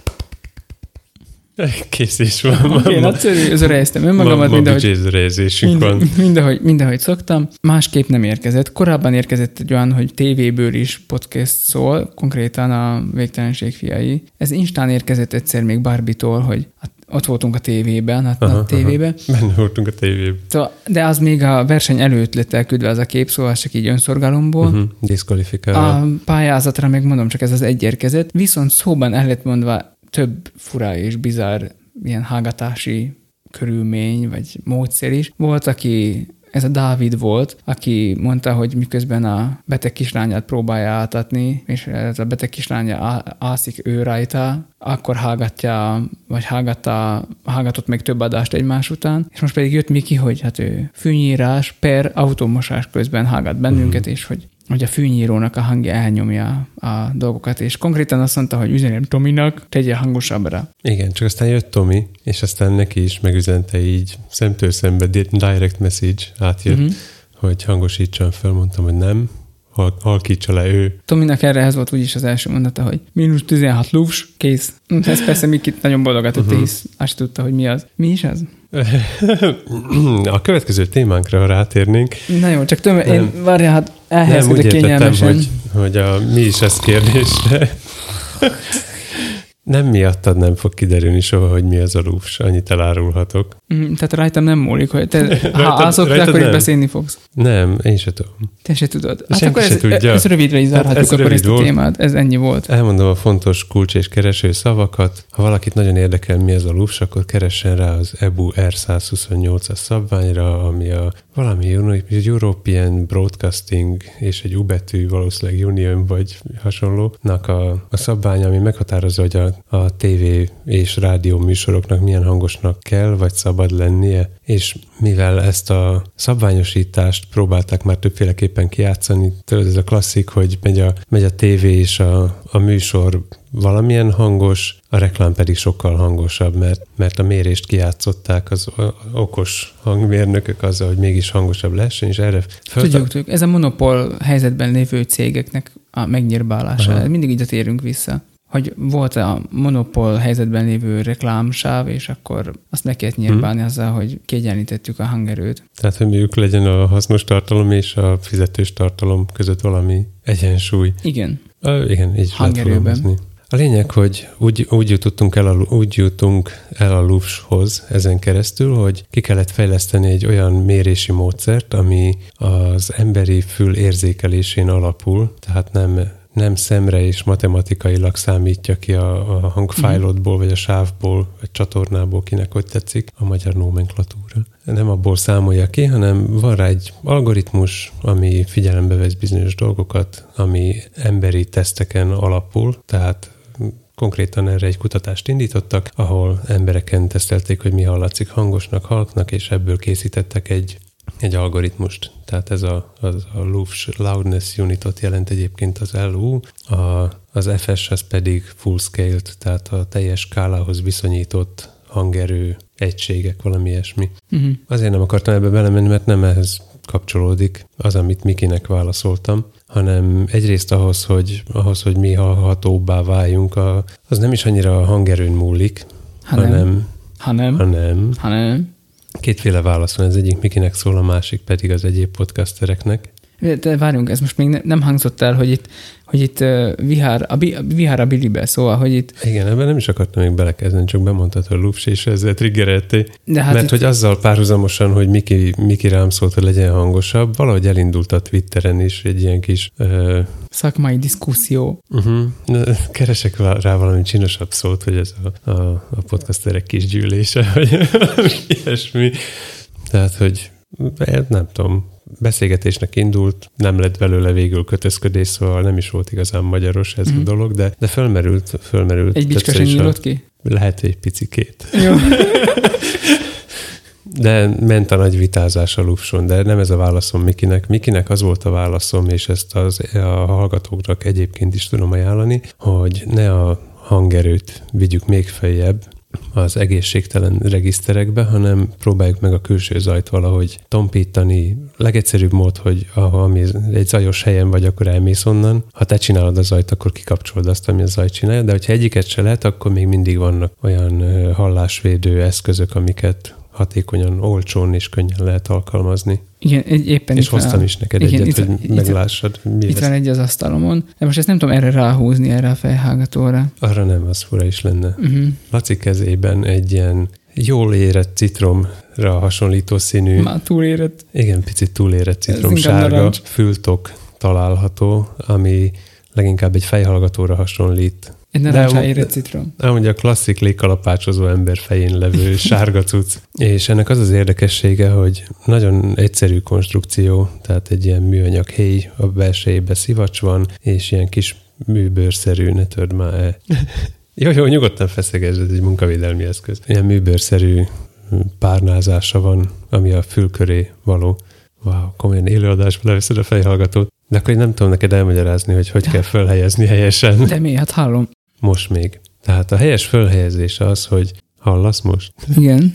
Kész is van. Oké, okay, nagyszerű, özörejeztem önmagamat, mindenhogy, mind, mindenhogy, mindenhogy szoktam. Másképp nem érkezett. Korábban érkezett egy olyan, hogy tévéből is podcast szól, konkrétan a Végtelenség fiai. Ez Instán érkezett egyszer még Barbie-tól, hogy ott voltunk a tévében, a, aha, a tévében. Benne voltunk a tévében. Szóval, de az még a verseny előtt lett elküldve az a kép, szóval csak így önszorgalomból. Uh-huh, diszkvalifikálva. A pályázatra meg mondom, csak ez az egy érkezett. Viszont szóban el lett mondva több fura és bizarr ilyen hallgatási körülmény, vagy módszer is. Volt, aki, ez a Dávid volt, aki mondta, hogy miközben a beteg kislányát próbálja átatni, és ez a beteg kislánya ászik ő rajta, akkor hallgatja, vagy hallgatta, hallgatott meg több adást egymás után, és most pedig jött Miki, hogy hát ő fűnyírás per automosás közben hallgat bennünket, uh-huh. és hogy hogy a fűnyírónak a hangja elnyomja a dolgokat, és konkrétan azt mondta, hogy üzenem Tominak, tegye hangosabbra. Igen, csak aztán jött Tomi, és aztán neki is megüzente így szemtől szembe direct message átjött, uh-huh. hogy hangosítson fel, mondtam, hogy nem, halkítsa le ő. Tominak erre ez volt úgyis az első mondata, hogy mínusz tizenhat lúps, kész. Ez persze Mikit nagyon boldogatott, uh-huh. hisz azt tudta, hogy mi az. Mi is az? A következő témánkra, ha rátérnénk. Na jó, csak töm, én várjál, hát elhelyezkedek kényelmesen. Hogy, hogy a mi is ez kérdésre. Nem miattad nem fog kiderülni soha, hogy mi az a lúps. Annyit elárulhatok. Mm, tehát rajtam nem múlik, hogy te, rajtad, ha állszok, akkor itt beszélni fogsz. Nem, én se tudom. Te se tudod. Hát senki akkor se ez, tudja. ez rövidre is zárhatjuk, hát akkor ezt a témát. Ez ennyi volt. Elmondom a fontos kulcs és kereső szavakat. Ha valakit nagyon érdekel, mi ez a lúps, akkor keressen rá az E B U R száz huszonnyolcas szabványra, ami a valami European Broadcasting és egy U betű, valószínűleg Union vagy hasonlónak a, a szabványa, ami meghatározza, hogy a, a tévé és rádió műsoroknak milyen hangosnak kell, vagy szabad lennie, és mivel ezt a szabványosítást próbálták már többféleképpen kijátszani, tudod, ez a klasszik, hogy megy a, megy a tévé és a, a műsor valamilyen hangos, a reklám pedig sokkal hangosabb, mert, mert a mérést kijátszották az okos hangmérnökök azzal, hogy mégis hangosabb lehessen, és erre fölta... Tudjuk, tudjuk. Ez a monopól helyzetben lévő cégeknek a megnyírbálása. Aha. Mindig így térünk vissza. Hogy volt a monopól helyzetben lévő reklámsáv, és akkor azt meg kellett nyírbálni hmm. azzal, hogy kiegyenlítettük a hangerőt. Tehát, hogy mondjuk legyen a hasznos tartalom és a fizetős tartalom között valami egyensúly. Igen. A, igen, így lehet fogalmazni. A lényeg, hogy úgy, úgy, jutottunk el a, úgy jutunk el a lúpshoz ezen keresztül, hogy ki kellett fejleszteni egy olyan mérési módszert, ami az emberi fül érzékelésén alapul, tehát nem nem szemre és matematikailag számítja ki a, a hangfájlodból, vagy a sávból, vagy csatornából, kinek hogy tetszik a magyar nomenklatúra. Nem abból számolja ki, hanem van rá egy algoritmus, ami figyelembe vesz bizonyos dolgokat, ami emberi teszteken alapul, tehát konkrétan erre egy kutatást indítottak, ahol embereken tesztelték, hogy mi hallatszik hangosnak, halknak, és ebből készítettek egy egy algoritmust. Tehát ez a, az a Lufs Loudness Unitot jelent egyébként az L U, a, az F S az pedig full scale-t, tehát a teljes skálához viszonyított hangerő egységek, valami ilyesmi. Uh-huh. Azért nem akartam ebbe belemenni, mert nem ehhez kapcsolódik az, amit Mikinek válaszoltam, hanem egyrészt ahhoz, hogy, ahhoz, hogy mi hallhatóbbá váljunk, a, az nem is annyira a hangerőn múlik, hanem hanem, hanem, hanem, hanem kétféle válasz van, az egyik Mikinek szól, a másik pedig az egyéb podcastereknek. De várjunk, ez most még ne, nem hangzott el, hogy itt, hogy itt uh, vihár, a, bi, a vihár a bilibe, szóval, hogy itt... Igen, ebben nem is akartam még belekezdeni, csak bemondtad, hogy Lufs, és ezzel triggerelték. Hát mert itt... hogy azzal párhuzamosan, hogy Miki, Miki rám szólt, hogy legyen hangosabb, valahogy elindult a Twitteren is egy ilyen kis... Uh, szakmai diszkuszió. Uh-huh. Keresek rá valami csinosabb szót, hogy ez a, a, a podcasterek kis gyűlése, vagy ilyesmi. Tehát, hogy nem tudom, beszélgetésnek indult, nem lett belőle végül kötözködés, szóval nem is volt igazán magyaros ez mm. a dolog, de, de fölmerült, fölmerült. Egy bicska sem nyílott ki? Lehet egy picikét. Jó. De ment a nagy vitázás a Lufson, de nem ez a válaszom Mikinek. Mikinek az volt a válaszom, és ezt az, a hallgatóknak egyébként is tudom ajánlani, hogy ne a hangerőt vigyük még feljebb az egészségtelen regiszterekbe, hanem próbáljuk meg a külső zajt valahogy tompítani. Legegyszerűbb mód, hogy ha egy zajos helyen vagy, akkor elmész onnan. Ha te csinálod a zajt, akkor kikapcsolod azt, ami a zajt csinálja, de hogyha egyiket se lehet, akkor még mindig vannak olyan hallásvédő eszközök, amiket hatékonyan, olcsón és könnyen lehet alkalmazni. Igen, egy, éppen és hoztam is neked igen, egyet, itt, hogy itt, meglássad. Mi itt van egy az asztalomon, de most ezt nem tudom erre ráhúzni, erre a fejhallgatóra. Arra nem, az fura is lenne. Uh-huh. Laci kezében egy ilyen jól érett citromra hasonlító színű. Már túlérett. Igen, picit túlérett citrom, sárga fültok található, ami leginkább egy fejhallgatóra hasonlít. Egy narancsá érett citrom. Amúgy a klasszik légkalapácsozó ember fején levő sárga cucc. És ennek az az érdekessége, hogy nagyon egyszerű konstrukció, tehát egy ilyen műanyag héj, a belsejében szivacs van, és ilyen kis műbőrszerű, ne törd már el. Jó, jó, nyugodtan feszegesd, ez egy munkavédelmi eszköz. Ilyen műbőrszerű párnázása van, ami a fül köré való. Wow, komolyan élőadásba leveszed a fejhallgatót. De akkor én nem tudom neked elmagyarázni, hogy hogy kell fölhelyezni helyesen. De mi? Hát hallom. Most még. Tehát a helyes fölhelyezés az, hogy hallasz most? Igen.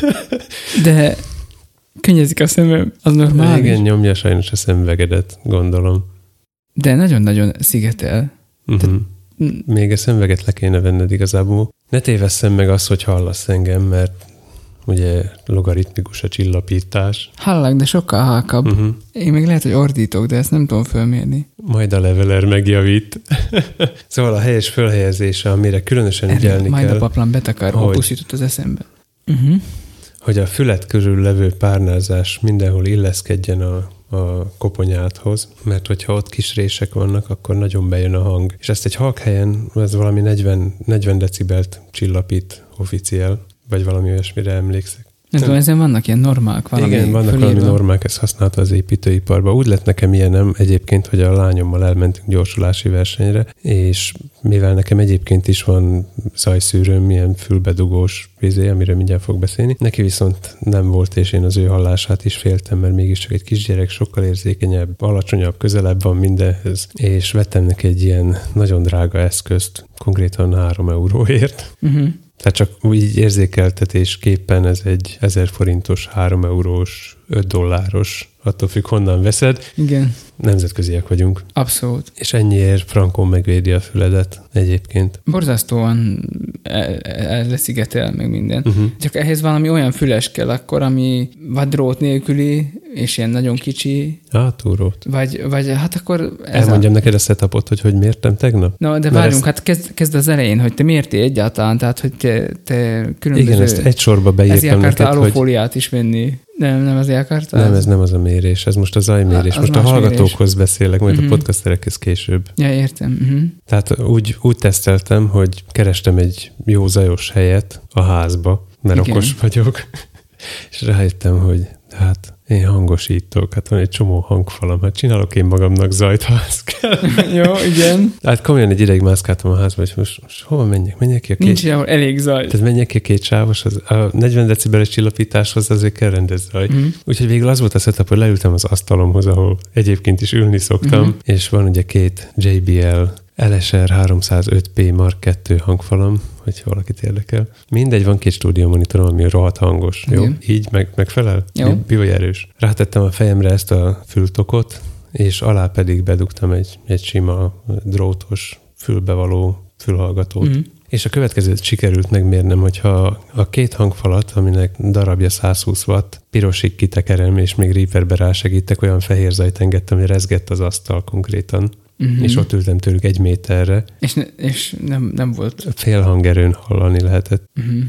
De könnyezik a szemem, az normális. Igen, nyomja sajnos a szemvegedet, gondolom. De nagyon-nagyon szigetel. Uh-huh. Te... Még a szemveget le kéne venned igazából. Ne tévesszem meg azt, hogy hallasz engem, mert ugye logaritmikus a csillapítás. Hallak, de sokkal halkabb. Uh-huh. Én még lehet, hogy ordítok, de ezt nem tudom fölmérni. Majd a leveler megjavít. Szóval a helyes fölhelyezése, amire különösen Erre ügyelni majd kell. Majd a paplan betakar, hogy, opusz jutott az eszembe. Uh-huh. Hogy a fület körül levő párnázás mindenhol illeszkedjen a, a koponyádhoz, mert hogyha ott kis rések vannak, akkor nagyon bejön a hang. És ezt egy halk helyen, ez valami negyven, negyven decibelt csillapít officiál, vagy valami olyasmire emlékszek. Nem tudom, ezen vannak ilyen normák valami. Igen, vannak fölírva. valami normák, ezt használta az építőiparban. Úgy lett nekem ilyenem egyébként, hogy a lányommal elmentünk gyorsulási versenyre, és mivel nekem egyébként is van zajszűrőm, ilyen fülbedugós vizé, amiről mindjárt fog beszélni, neki viszont nem volt, és én az ő hallását is féltem, mert mégiscsak egy kisgyerek sokkal érzékenyebb, alacsonyabb, közelebb van mindenhez, és vettem neki egy ilyen nagyon drága eszközt, konkrétan három euróért. Uh-huh. Tehát csak úgy érzékeltetésképpen ez egy ezer forintos, három eurós, öt dolláros, attól függ, honnan veszed. Igen. Nemzetköziek vagyunk. Abszolút. És ennyiért frankon megvédi a füledet egyébként. Borzasztóan leszigetel meg minden. Uh-huh. Csak ehhez valami olyan füles kell akkor, ami vagy drót nélküli, és ilyen nagyon kicsi. Ah, túrót. Vagy, vagy hát akkor... Elmondjam a... neked a setupot, hogy hogy mértem tegnap? No, de várjunk, ezt... hát kezd, kezd az elején, hogy te mértél egyáltalán, tehát hogy te, te különböző... Igen, ezt egy sorba beírtam neked, hogy... alufóliát is venni. Nem, nem azért akartál? Nem, ez nem az a mérés, ez most a zajmérés. Most a hallgatókhoz mérés. Beszélek, majd uh-huh. a podcasterekhez később. Ja, értem. Uh-huh. Tehát úgy, úgy teszteltem, hogy kerestem egy jó zajos helyet a házba, mert igen. okos vagyok, és rájöttem, hogy hát én hangosítok, hát van egy csomó hangfalam, hát csinálok én magamnak zajt, ha az kell. Jó, igen. Hát komolyan egy ideig mászkáltam a házba, és most, most hova menjek? Menjek ki a két... Nincs ilyen elég zaj. Tehát menjek ki a két sávos, az, a negyven decibeles csillapításhoz azért kell rendes zaj. Mm. Úgyhogy végül az volt a setup, hogy leültem az asztalomhoz, ahol egyébként is ülni szoktam, mm. és van ugye két jé bé el el es er háromszázöt pé Mark kettő hangfalam, hogyha valakit érdekel. Mindegy, van két stúdiómonitorom, ami rohadt hangos. Jó? Jó? Így meg, megfelel? Jó. Mi vagy erős? Rátettem a fejemre ezt a fültokot, és alá pedig bedugtam egy, egy sima drótos fülbevaló fülhallgatót. Mm. És a következőt sikerült megmérnem, hogyha a két hangfalat, aminek darabja száz húsz watt, pirosig kitekerem, és még reverbe rásegítek, olyan fehér zajt engedtem, hogy rezgett az asztal konkrétan. Uh-huh. És ott ültem tőlük egy méterre. És, ne, és nem, nem volt... Fél hangerőn hallani lehetett. Uh-huh.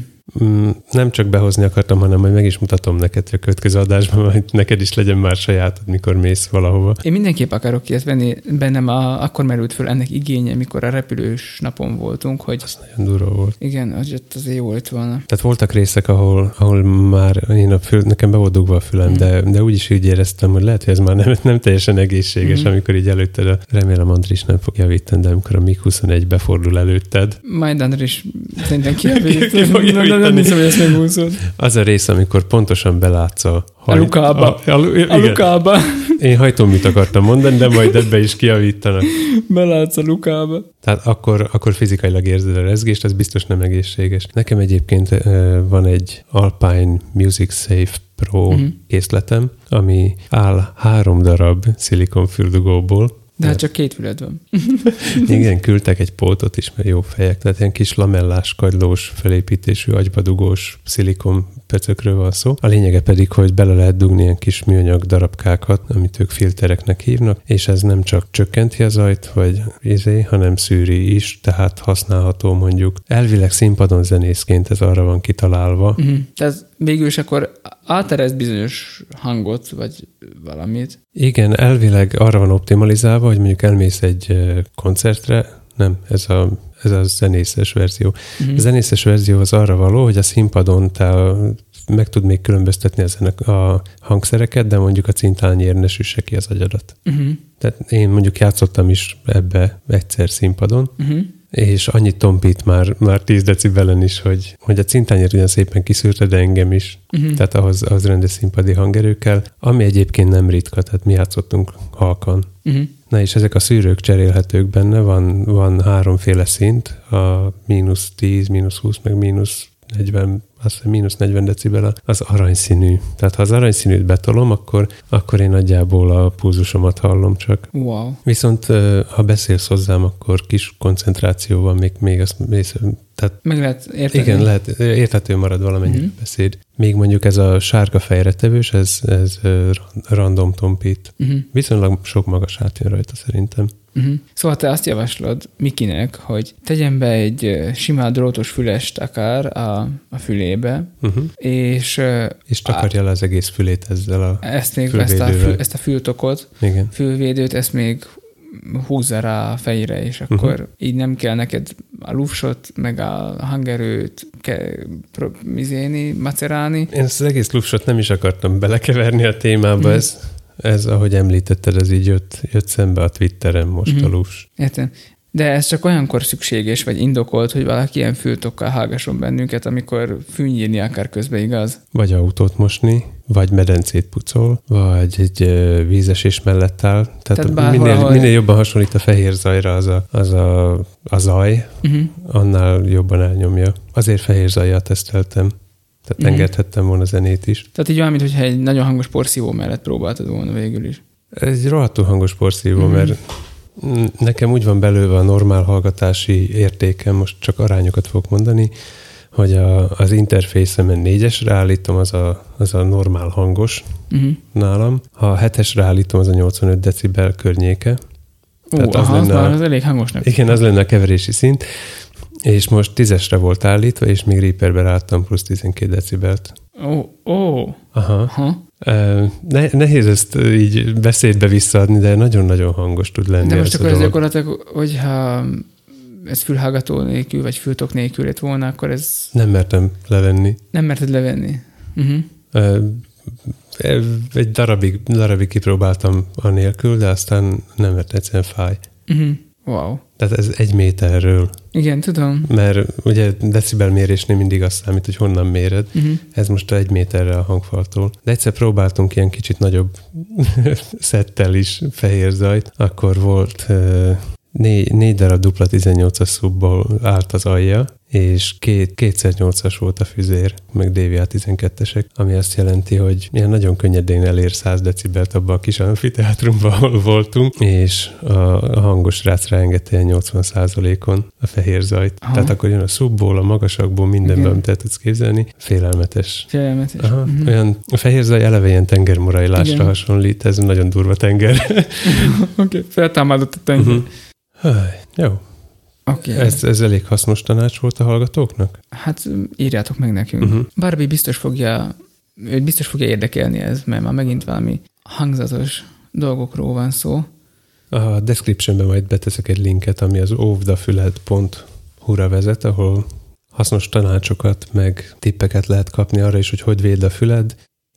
Nem csak behozni akartam, hanem majd meg is mutatom neked a következő adásban, hogy neked is legyen már sajátod, mikor mész valahova. Én mindenképp akarok ilyet venni, bennem a, akkor merült föl ennek igénye, mikor a repülős napon voltunk, hogy... Az nagyon durva volt. Igen, az ott azért jó volt volna. Tehát voltak részek, ahol, ahol már én a fül, nekem be volt dugva a fülem, mm. de, de úgy is úgy éreztem, hogy lehet, hogy ez már nem, nem teljesen egészséges, mm. amikor így előtted, a, remélem Andris nem fog javítani, de amikor a mig huszonegy befordul előtted. Majd Andris szerintem kijavít. nem hiszem, hogy ezt megúszod. Az a rész, amikor pontosan belátsz a hajt. A lukába. A, a, a, a lukába. Én hajtóműt akartam mondani, de majd ebbe is kijavítanak. Belátsz a lukába. Tehát akkor, akkor fizikailag érzed a rezgést, ez biztos nem egészséges. Nekem egyébként van egy Alpine Music Safe Pro uh-huh. készletem, ami áll három darab szilikonfürdugóból. De hát csak két füled van. Igen, küldtek egy pótot is, mert jó fejek. Tehát ilyen kis lamellás, kagylós, felépítésű, agybadugós szilikon pöcökről van szó. A lényege pedig, hogy bele lehet dugni ilyen kis műanyag darabkákat, amit ők filtereknek hívnak, és ez nem csak csökkenti a zajt, vagy izé, hanem szűri is, tehát használható mondjuk. Elvileg színpadon zenészként ez arra van kitalálva. Uh-huh. Tehát végül is akkor átereszt bizonyos hangot, vagy valamit. Igen, elvileg arra van optimalizálva, hogy mondjuk elmész egy koncertre, nem, ez a, ez a zenészes verzió. Uh-huh. A zenészes verzió az arra való, hogy a színpadon te meg tud még különböztetni ezenek a hangszereket, de mondjuk a cintányér ne süsse ki az agyadat. Uh-huh. Tehát én mondjuk játszottam is ebbe egyszer színpadon, uh-huh. és annyit tompít már, már tíz decibelen is, hogy, hogy a cintányér ugyan szépen kiszűrte, de engem is. Uh-huh. Tehát ahhoz, ahhoz rendes színpadi hangerő kell, ami egyébként nem ritka, tehát mi játszottunk halkan. Uh-huh. Na és ezek a szűrők cserélhetők benne, van, van háromféle szint, a mínusz tíz, mínusz húsz, meg mínusz negyven, azt hiszem mínusz negyven decibel az aranyszínű. Tehát ha az aranyszínűt betolom, akkor, akkor én nagyjából a pulzusomat hallom csak. Wow. Viszont ha beszélsz hozzám, akkor kis koncentráció van, még, még azt tehát meg lehet érteni. Igen, lehet, érthető marad valamennyi uh-huh. beszéd. Még mondjuk ez a sárga fejretevős, ez, ez random tompít. Uh-huh. Viszonylag sok magasát jön rajta szerintem. Uh-huh. Szóval te azt javaslod Mikinek, hogy tegyen be egy simán drótos fülest akár a, a fülébe, uh-huh. és... És takarja le az egész fülét ezzel a ezt még ezt a, fül, ezt a fültokot, igen. fülvédőt, ezt még húzza rá a fejre, és akkor uh-huh. így nem kell neked a lufsot, meg a hangerőt ke- mizéni, macerálni. Én ezt az egész lufsot nem is akartam belekeverni a témába, uh-huh. ez, ez, ahogy említetted, ez így jött, jött szembe a Twitteren most uh-huh. a lufs. Értem. De ez csak olyankor szükséges, vagy indokolt, hogy valaki ilyen fültokkal hallgasson bennünket, amikor fűnyírni akar közben, igaz? Vagy autót mosni, vagy medencét pucol, vagy egy vízesés mellett áll. Tehát, Tehát minél, ahol... minél jobban hasonlít a fehér zajra az a, az a, a zaj, uh-huh. annál jobban elnyomja. Azért fehér zajjal teszteltem. Tehát uh-huh. engedhettem volna zenét is. Tehát így olyan, mintha egy nagyon hangos porszívó mellett próbáltad volna végül is. Ez egy rohadtul hangos porszívó, uh-huh. mert nekem úgy van belőle a normál hallgatási értékem, most csak arányokat fogok mondani, hogy a, az interfészemen négyesre állítom, az a, az a normál hangos uh-huh. nálam. Ha a hetesre állítom, az a nyolcvanöt decibel környéke. Ó, Tehát aha, az, a, az elég hangosnak. Igen, az lenne a keverési szint. És most tízesre volt állítva, és még Reaperbe ráadtam plusz tizenkét decibelt. Ó, ó. Aha. Aha. Ne, nehéz ezt így beszédbe visszaadni, de nagyon-nagyon hangos tud lenni. De most akkor ez gyakorlatilag, hogyha ez fülhallgató nélkül, vagy fültok nélkül lett volna, akkor ez... Nem mertem levenni. Nem merted levenni. Uh-huh. Egy darabig, darabig kipróbáltam anélkül, de aztán nem, mert egyszerűen fáj. Uh-huh. Wow. Tehát ez egy méterről. Igen, tudom. Mert ugye decibelmérésnél mindig azt számít, hogy honnan méred. Uh-huh. Ez most egy méterre a hangfaltól. De egyszer próbáltunk ilyen kicsit nagyobb szettel is fehér zajt. Akkor volt uh, négy, négy darab dupla tizennyolcas szubból állt az alja, és két, kétszer nyolcas volt a füzér, meg dé vé á tizenkettesek, ami azt jelenti, hogy ilyen nagyon könnyedén elér száz decibelt abban a kis amfiteátrumban, ahol voltunk, és a, a hangos rác ráengedte nyolcvan százalékon a fehér zajt. Aha. Tehát akkor jön a szubból, a magasakból, mindenben, amit el tudsz képzelni. Félelmetes. Félelmetes. Aha, uh-huh. Olyan, a fehér zaj eleve ilyen tengermorajlásra igen. hasonlít, ez nagyon durva tenger. Oké, okay. Feltámadott a tenger. Uh-huh. Haj, jó. Okay. Ez, ez elég hasznos tanács volt a hallgatóknak? Hát írjátok meg nekünk. Uh-huh. Barbie biztos fogja, őt biztos fogja érdekelni ez, mert már megint valami hangzatos dolgokról van szó. A descriptionben majd beteszek egy linket, ami az óvdafüled pont hu-ra vezet, ahol hasznos tanácsokat, meg tippeket lehet kapni arra is, hogy hogy védd a füled.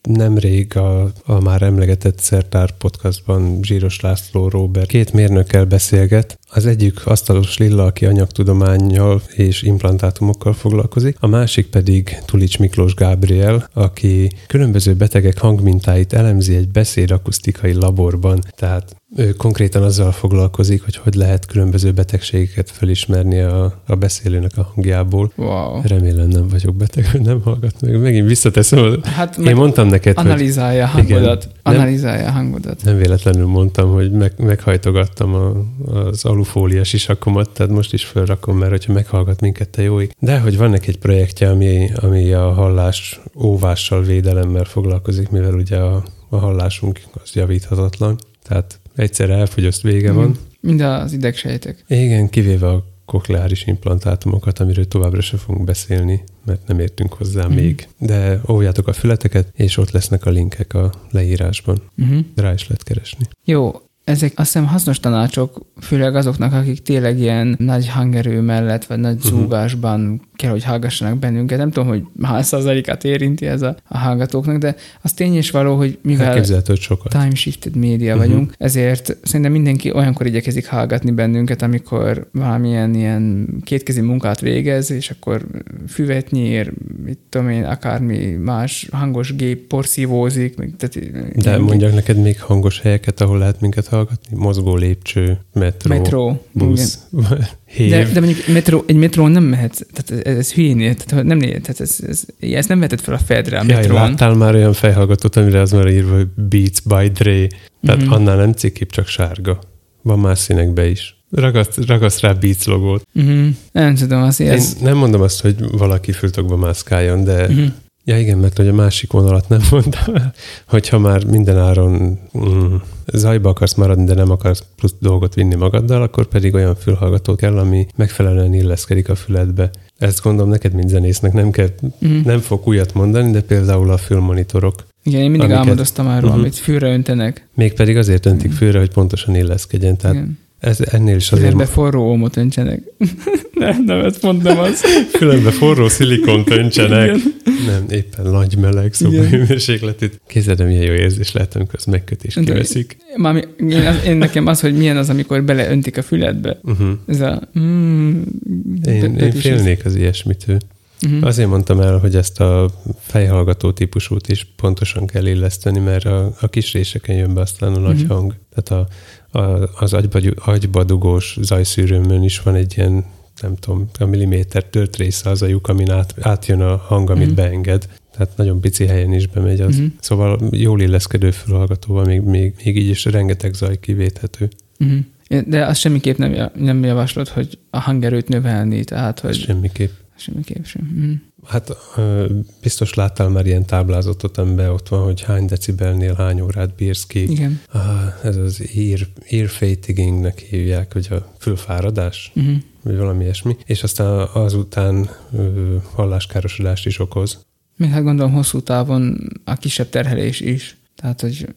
nemrég a, a már emlegetett Szertár podcastban Zsíros László Róbert két mérnökkel beszélget. Az egyik Asztalos Lilla, aki anyagtudománnyal és implantátumokkal foglalkozik, a másik pedig Tulics Miklós Gábriel, aki különböző betegek hangmintáit elemzi egy beszédakusztikai laborban, tehát ő konkrétan azzal foglalkozik, hogy hogy lehet különböző betegségeket felismerni a, a beszélőnek a hangjából. Wow. Remélem nem vagyok beteg, hogy nem hallgat meg. Megint visszateszem. Hát én mondtam neked, analizálja hogy... a hangodat. Igen, analizálja a hangodat. Nem véletlenül mondtam, hogy meg, meghajtogattam a, az alufólia sisakomat, tehát most is felrakom, mert hogyha meghallgat minket, te jó ég. De hogy van neki egy projektje, ami, ami a hallás óvással, védelemmel foglalkozik, mivel ugye a, a hallásunk az javíthatatlan. Tehát egyszer elfogyaszt, vége van. Mind az idegsejtek. Igen, kivéve a kokleáris implantátumokat, amiről továbbra se fogunk beszélni, mert nem értünk hozzá mm. még. De óvjátok a fületeket, és ott lesznek a linkek a leírásban. Mm-hmm. Rá is lehet keresni. Jó, ezek azt hiszem hasznos tanácsok, főleg azoknak, akik tényleg ilyen nagy hangerő mellett, vagy nagy uh-huh. zúgásban kell, hogy hallgassanak bennünket. Nem tudom, hogy hány százalékát érinti ez a, a hallgatóknak, de az tény is való, hogy mivel time-shifted média uh-huh. vagyunk, ezért szerintem mindenki olyankor igyekezik hallgatni bennünket, amikor valamilyen ilyen kétkezi munkát végez, és akkor füvet nyír, mit tudom én, akármi más hangos gép porszívózik. Tehát, de mondjak neked még hangos helyeket, ahol lehet minket hallgatni? Mozgó lépcső, metró, metró busz, hév. De, de mondjuk metró, egy metrón nem mehetsz, tehát ez, ez hülyén ér, tehát nem ér, tehát ez, ez, ezt nem vehetett fel a Fedre a metrón. Jaj, láttál már olyan fejhallgatót, amire az már írva, hogy Beats by Dre, tehát mm-hmm. annál nem cikibb, csak sárga. Van más színekbe is. Ragaszt, ragaszt rá Beats logót. Mm-hmm. Nem tudom, azért ez... Én nem mondom azt, hogy valaki fültokba mászkáljon, de mm-hmm. ja igen, mert hogy a másik vonalat nem mondtam el, hogyha már minden áron mm, zajba akarsz maradni, de nem akarsz plusz dolgot vinni magaddal, akkor pedig olyan fülhallgató kell, ami megfelelően illeszkedik a füledbe. Ezt gondolom neked, mint zenésznek nem kell, mm. nem fog újat mondani, de például a fülmonitorok. Igen, én mindig amiket, álmodoztam arról, uh-huh. amit fülre öntenek. Mégpedig azért öntik mm. fülre, hogy pontosan illeszkedjen. Tehát igen. Ez, ennél is azért... Fülembe forró ómot öntsenek. nem, nem, ezt mondom az. Fülembe forró szilikont öntsenek. Igen. Nem, éppen nagy meleg szobahőmérsékletét. Képzeld, milyen jó érzés lehet, amikor az megköt és kiveszik. Mami, én, az, én nekem az, hogy milyen az, amikor beleöntik a füledbe. Uh-huh. Ez a... Mm, én én félnék az ilyesmitől. Uh-huh. Azért mondtam el, hogy ezt a fejhallgató típusút is pontosan kell illeszteni, mert a, a kis réseken jön be aztán a nagy uh-huh. hang. Tehát a, a, az agybadugós zajszűrőmön is van egy ilyen, nem tudom, a milliméter tört része az a lyuk, amin át, átjön a hang, amit uh-huh. beenged. Tehát nagyon pici helyen is bemegy az. Uh-huh. Szóval jól illeszkedő fülhallgatóval még, még, még így is rengeteg zaj kivéthető. Uh-huh. De azt semmiképp nem, nem javaslod, hogy a hangerőt növelni, tehát hogy... Semmiképp. Semmiképp sem. Mm. Hát biztos láttál már ilyen táblázatot, amiben ott van, hogy hány decibelnél hány órát bírsz ki. Igen. Ah, ez az ear, ear fatigingnek hívják, hogy a fülfáradás, uh-huh. vagy valami ilyesmi. És aztán azután ö, halláskárosodást is okoz. Még hát gondolom hosszú távon a kisebb terhelés is. Tehát, hogy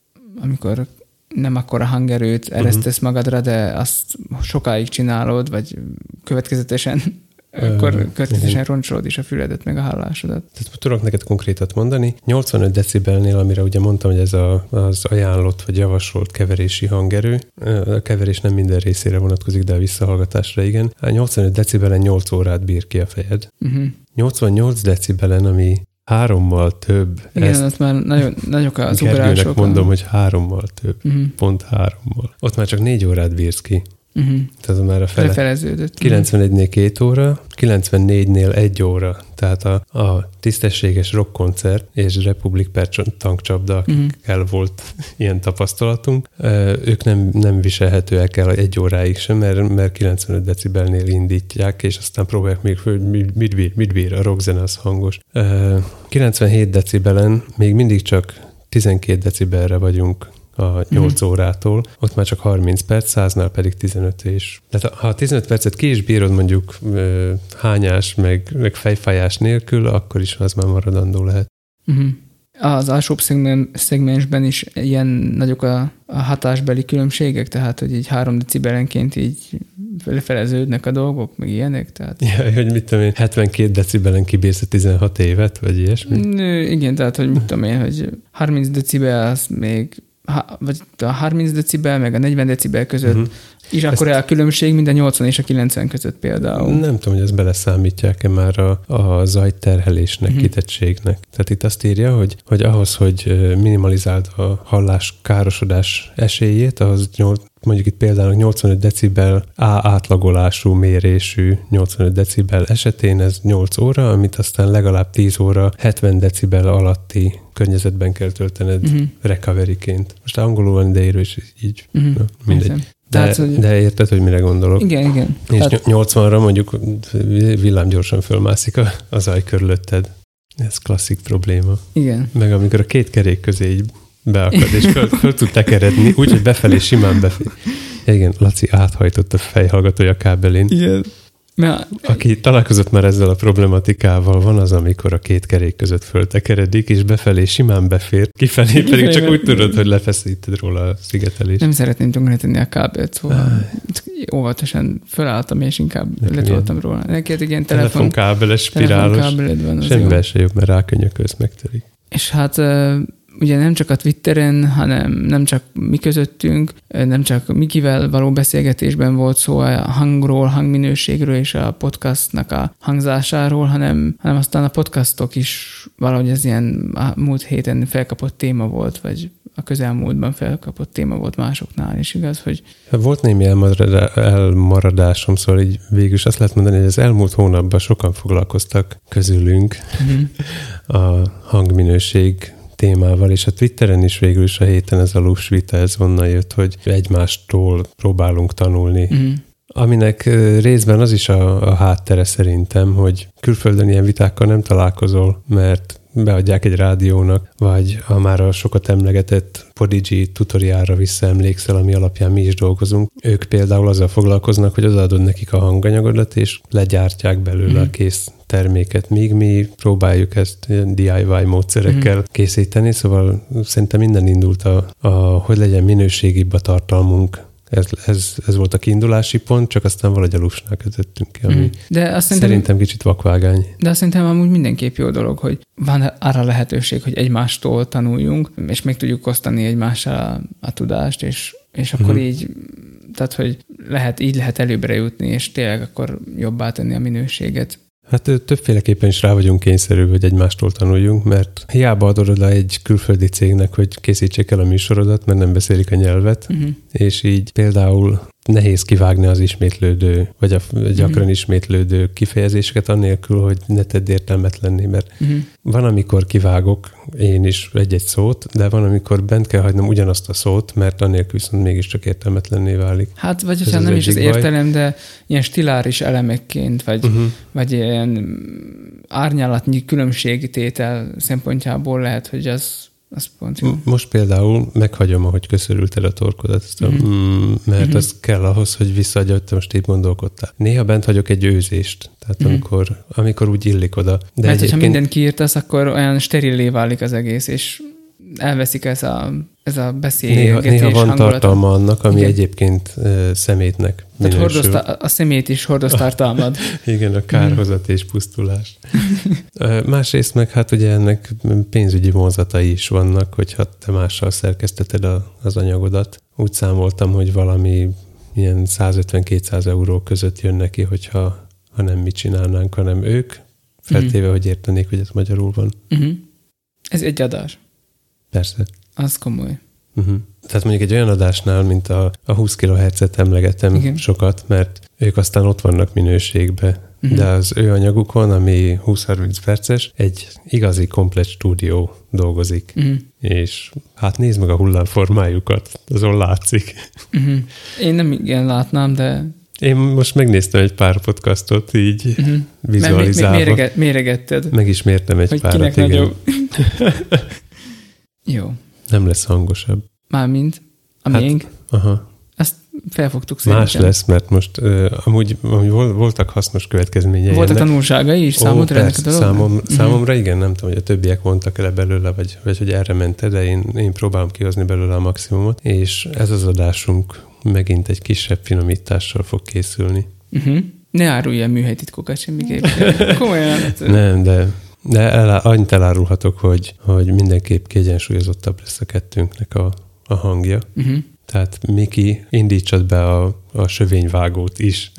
amikor nem akkora hangerőt eresztesz uh-huh. magadra, de azt sokáig csinálod, vagy következetesen akkor következően roncsolod is a füledet, meg a hallásodat. Tehát tudok neked konkrétat mondani. nyolcvanöt decibelnél, amire ugye mondtam, hogy ez a, az ajánlott vagy javasolt keverési hangerő. A keverés nem minden részére vonatkozik, de a visszahallgatásra igen. A nyolcvanöt decibelen nyolc órát bír ki a fejed. Uh-huh. nyolcvannyolc decibelen, ami hárommal több. Igen, ott már nagyon, nagyok az ugrások. Gergőnek mondom, hogy hárommal több. Uh-huh. Pont hárommal. Ott már csak négy órát bírsz ki. Uh-huh. Tehát már a fele. Lefeleződött. kilencvenegynél két óra, kilencvennégynél egy óra. Tehát a, a tisztességes rockkoncert és Republic per tankcsapda, akikkel uh-huh. volt ilyen tapasztalatunk, ők nem, nem viselhetőek el egy óráig sem, mert, mert kilencvenöt decibelnél indítják, és aztán próbálják még, hogy mit bír, mit bír, a rockzene az hangos. kilencvenhét decibelen még mindig csak tizenkét decibelre vagyunk a nyolc mm. órától, ott már csak harminc perc, száznál pedig tizenöt és. Tehát ha a tizenöt percet ki is bírod mondjuk ö, hányás, meg, meg fejfájás nélkül, akkor is az már maradandó lehet. Mm-hmm. Az alsóbb szegmen, szegmensben is ilyen nagyok a, a hatásbeli különbségek, tehát hogy így három decibelenként így lefeleződnek a dolgok, meg ilyenek. Tehát... Ja, hogy mit tudom én, hetvenkét decibelen kibírsz tizenhat évet, vagy ilyesmi? Igen, tehát hogy mit tudom én, hogy harminc decibel az még, vagy a harminc decibel, meg a negyven decibel között, uh-huh. és akkor ezt... a különbség minden nyolcvan és a kilencven között például. Nem tudom, hogy ezt beleszámítják-e már a, a zajterhelésnek, uh-huh. kitettségnek. Tehát itt azt írja, hogy, hogy ahhoz, hogy minimalizáld a hallás károsodás esélyét, ahhoz nyolc, mondjuk itt például nyolcvanöt decibel A átlagolású mérésű nyolcvanöt decibel esetén ez nyolc óra, amit aztán legalább tíz óra hetven decibel alatti környezetben kell töltened uh-huh. recoveryként. Most angolul van ideírva, és így uh-huh. na, mindegy. Értem. De, Tehát, hogy... de érted, hogy mire gondolok? Igen, igen. És Tehát... nyolcvanra mondjuk villámgyorsan fölmászik a, a zaj körülötted. Ez klasszik probléma. Igen. Meg amikor a két kerék közé így beakad, és föl, föl tud tekeredni, úgyhogy befelé simán befelé. Igen, Laci áthajtott a fejhallgatója kábelén. Igen. Na, Aki találkozott már ezzel a problematikával, van az, amikor a két kerék között föltekeredik, és befelé simán befér, kifelé pedig kifelé csak úgy tudod, hogy lefeszíted róla a szigetelést. Nem szeretném tönkretenni a kábelt, szóval óvatosan fölálltam, és inkább letoltam róla. Neked igen, telefon, telefonkábeles, spirálos, semmivel se jobb, mert rákönyökölsz, megtörik. És hát ugye nem csak a Twitteren, hanem nem csak mi közöttünk, nem csak Mikivel való beszélgetésben volt szó a hangról, hangminőségről és a podcastnak a hangzásáról, hanem, hanem aztán a podcastok is valahogy ez ilyen múlt héten felkapott téma volt, vagy a közelmúltban felkapott téma volt másoknál is, igaz, hogy... Volt némi elmaradásom, szóval így végül is azt lehet mondani, hogy az elmúlt hónapban sokan foglalkoztak közülünk uh-huh. a hangminőség témával, és a Twitteren is végül is a héten ez a lús vita, ez onnan jött, hogy egymástól próbálunk tanulni. Mm. Aminek részben az is a, a háttere szerintem, hogy külföldön ilyen vitákkal nem találkozol, mert beadják egy rádiónak, vagy ha már a sokat emlegetett Podigy tutoriálra visszaemlékszel, ami alapján mi is dolgozunk. Ők például azzal foglalkoznak, hogy odaadod nekik a hanganyagodat, és legyártják belőle mm. a kész terméket, míg mi próbáljuk ezt dé i vé módszerekkel mm. készíteni, szóval szerintem minden indult a, a hogy legyen minőségibb a tartalmunk. Ez, ez, ez volt a kiindulási pont, csak aztán valahogy a lusnál kötöttünk ki, ami de azt szerintem, szerintem kicsit vakvágány. De azt szerintem amúgy mindenképp jó dolog, hogy van arra lehetőség, hogy egymástól tanuljunk, és meg tudjuk osztani egymással a, a tudást, és, és akkor uh-huh. így, tehát hogy lehet, így lehet előbbre jutni, és tényleg akkor jobbá tenni a minőséget. Hát többféleképpen is rá vagyunk kényszerülve, hogy egymástól tanuljunk, mert hiába adod oda egy külföldi cégnek, hogy készítsék el a műsorodat, mert nem beszélik a nyelvet, uh-huh. és így például nehéz kivágni az ismétlődő, vagy a gyakran uh-huh. ismétlődő kifejezéseket annélkül, hogy ne tedd értelmetlenni, mert uh-huh. van, amikor kivágok én is egy-egy szót, de van, amikor bent kell hagynom ugyanazt a szót, mert annélkül viszont mégiscsak értelmetlenné válik. Hát, vagy hogyha nem is az értelem, baj. De ilyen stiláris elemekként, vagy, uh-huh. vagy ilyen árnyalatnyi különbségtétel szempontjából lehet, hogy az Az pont jó. Most például meghagyom, ahogy köszörülted a torkodat, mm-hmm. mm, mert mm-hmm. az kell ahhoz, hogy visszaadja, hogy te most így gondolkodtál. Néha bent hagyok egy őzést, tehát mm-hmm. amikor, amikor úgy illik oda. De mert egyébként... hogyha mindent kiírtasz, akkor olyan sterilé válik az egész, és elveszik ez a, ez a beszélgetés Néha, néha van hangulata. Tartalma annak, ami igen. egyébként uh, szemétnek minősül. A szemét is hordoz tartalmad. Igen, a kárhozat mm. és pusztulás. uh, másrészt meg hát ugye ennek pénzügyi vonzatai is vannak, hogyha te mással szerkeszteted a, az anyagodat. Úgy számoltam, hogy valami ilyen százötven-kétszáz euró között jön neki, hogyha ha nem mi csinálnánk, hanem ők, feltéve, mm. hogy értenék, hogy ez magyarul van. Mm-hmm. Ez egy adás. Persze. Az komoly. Uh-huh. Tehát mondjuk egy olyan adásnál, mint a, a húsz kilohertzet emlegetem igen. sokat, mert ők aztán ott vannak minőségbe, uh-huh. de az ő anyagukon, ami húsz-harminc perces, egy igazi komplett stúdió dolgozik. Uh-huh. És hát nézd meg a hullámformájukat, azon látszik. Uh-huh. Én nem igen látnám, de... Én most megnéztem egy pár podcastot, így uh-huh. vizualizálva. Mérege, méregetted. Meg is mértem egy hogy párat, kinek igen. Nagyobb. Jó. Nem lesz hangosabb. Mármint a miénk. Hát, aha. Azt felfogtuk szerintem. Más lesz, mert most uh, amúgy, amúgy voltak hasznos következményei. Voltak ennek. Tanulságai is számodra Ó, ennek a dolognak? Számom, uh-huh. Számomra igen, nem tudom, hogy a többiek vontak el belőle, vagy, vagy hogy erre ment, de én, én próbálom kihozni belőle a maximumot, és ez az adásunk megint egy kisebb finomítással fog készülni. Uh-huh. Ne árulj el műhelytitkokat semmiképpen. Komolyan. Nem, de, de el, annyit elárulhatok, hogy, hogy mindenképp kiegyensúlyozottabb lesz a kettőnknek a, a hangja. Uh-huh. Tehát Miki, indítsad be a, a sövényvágót is.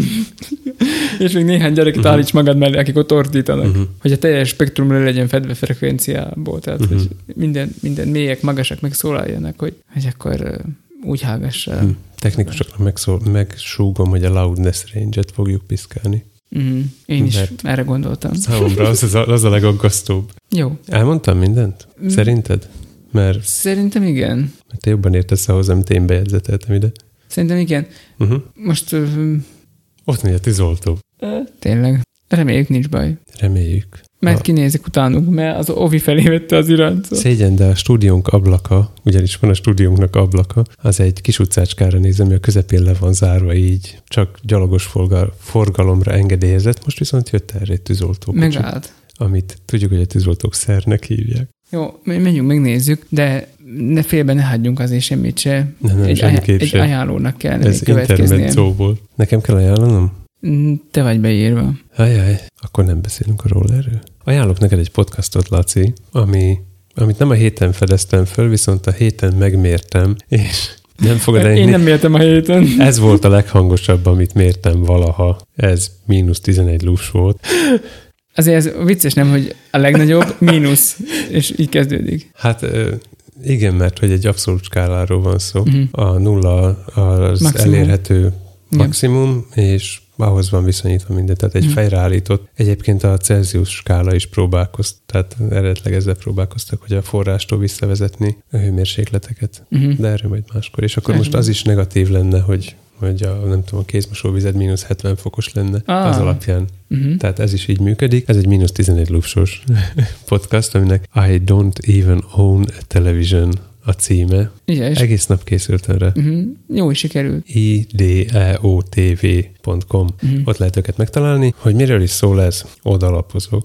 És még néhány gyereket uh-huh. állíts magad mellé, akik ott ordítanak. Uh-huh. Hogy a teljes spektrumra legyen fedve frekvenciából. Tehát uh-huh. hogy minden, minden mélyek, magasak megszólaljanak, hogy, hogy akkor uh, úgy hágassa. Uh-huh. Technikusoknak megszól, megsúgom, hogy a loudness range-et fogjuk piszkálni. Uh-huh. Én is mert erre gondoltam. Számomra az, az, a, az a legaggasztóbb. Jó. Elmondtam mindent? Mm. Szerinted? Mert Szerintem igen. Mert te jobban értesz ahhoz, amit én bejegyzeteltem ide. Szerintem igen. Uh-huh. Most... Uh, Ott megy a tűzoltó. Uh, tényleg. Reméljük, nincs baj. Reméljük. Mert ha. Kinézik utánunk, mert az Ovi felé vette az irányt. Szégyen, de a stúdiónk ablaka, ugyanis van a stúdiónknak ablaka, az egy kis utcácskára néz, ami a közepén le van zárva, így csak gyalogos forgal, forgalomra engedélyezett. Most viszont jött erre egy tűzoltó. Megállt. Amit tudjuk, hogy a tűzoltók szernek hívják. Jó, menjünk, megnézzük, de ne félbe ne hagyjunk azért semmit se. Nem, nem, egy, aj- egy ajánlónak kell Ez intermedzóból. Nekem kell ajánlanom? Te vagy beírva. Ajaj, akkor nem beszélünk a rollerről. Ajánlok neked egy podcastot, Laci, ami, amit nem a héten fedeztem föl, viszont a héten megmértem, és nem fogod Én nem mértem a héten. Ez volt a leghangosabb, amit mértem valaha. Ez mínusz tizenegy lús volt. Azért ez vicces, nem, hogy a legnagyobb mínusz, és így kezdődik. Hát igen, mert hogy egy abszolút skáláról van szó. Uh-huh. A nulla az maximum. Elérhető maximum, igen. És ahhoz van viszonyítva minden. Tehát egy uh-huh. fejreállított. Egyébként a Celsius skála is próbálkozt, tehát eredetileg ezzel próbálkoztak, hogy a forrástól visszavezetni a hőmérsékleteket. Uh-huh. De erről majd máskor. És akkor most az is negatív lenne, hogy hogy a, nem tudom, a kézmosóvized mínusz hetven fokos lenne ah. az alapján. Uh-huh. Tehát ez is így működik. Ez egy mínusz tizenegy lufsos podcast, aminek I don't even own a television a címe. Igen, egész nap készültem rá. Uh-huh. Jó is sikerült. i d e o t v pont com uh-huh. Ott lehet őket megtalálni. Hogy miről is szól ez? Oldalapozok.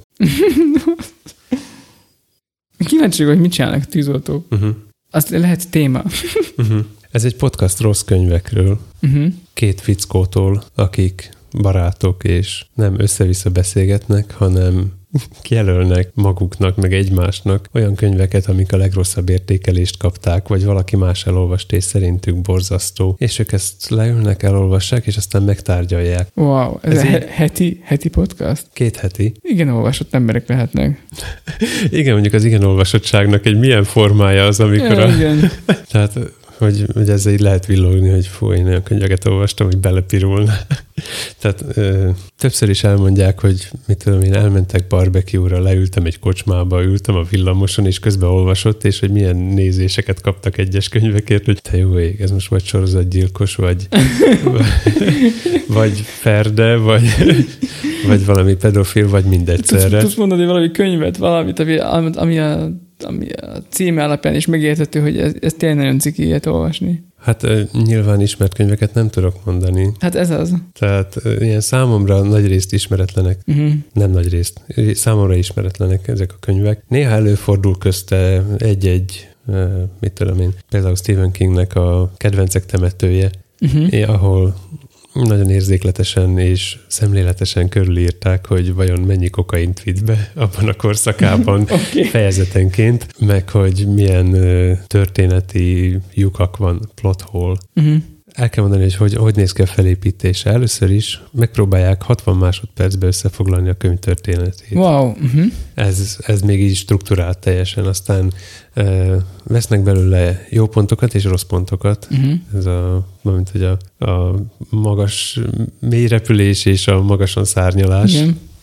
Kíváncsi, hogy mit csinálnak tűzoltók. Uh-huh. Azt lehet téma. uh-huh. Ez egy podcast rossz könyvekről. Uh-huh. Két fickótól, akik barátok, és nem össze-vissza beszélgetnek, hanem kijelölnek maguknak, meg egymásnak olyan könyveket, amik a legrosszabb értékelést kapták, vagy valaki más elolvast, és szerintük borzasztó. És ők ezt leülnek, elolvassák, és aztán megtárgyalják. Wow, ez, ez egy heti, heti podcast? Két heti. Igen, olvasott emberek lehetnek. Igen, mondjuk az igen olvasottságnak egy milyen formája az, amikor ja, a... igen. Tehát... Hogy, hogy ezzel így lehet villogni, hogy fú, én olyan könyveket olvastam, hogy belepirulna. Tehát ö, többször is elmondják, hogy mit tudom én, elmentek barbecue-ra, leültem egy kocsmába, ültem a villamoson, és közben olvasott, és hogy milyen nézéseket kaptak egyes könyvekért, hogy te jó ég, ez most vagy sorozatgyilkos, vagy, vagy ferde, vagy, vagy valami pedofil, vagy mindegyszerre. Tudsz mondani valami könyvet, valamit, ami, ami a ami a címe alapján is megérthető, hogy ez, ez tényleg nagyon ciki ilyet olvasni. Hát nyilván ismert könyveket nem tudok mondani. Hát ez az. Tehát ilyen számomra nagyrészt ismeretlenek. Uh-huh. Nem nagyrészt. Számomra ismeretlenek ezek a könyvek. Néha előfordul közte egy-egy, mit tudom én, például Stephen Kingnek a Kedvencek temetője, uh-huh. ahol nagyon érzékletesen és szemléletesen körülírták, hogy vajon mennyi kokaint vitt be abban a korszakában okay. fejezetenként, meg hogy milyen uh, történeti lyukak van, plot hole. Uh-huh. El kell mondani, hogy, hogy hogy néz ki a felépítése. Először is megpróbálják hatvan másodpercbe összefoglalni a könyv történetét. Wow. Uh-huh. Ez, ez még így struktúrált teljesen. Aztán uh, vesznek belőle jó pontokat és rossz pontokat. Uh-huh. Ez a, mint hogy a, a magas mély repülés és a magasan szárnyalás. Igen.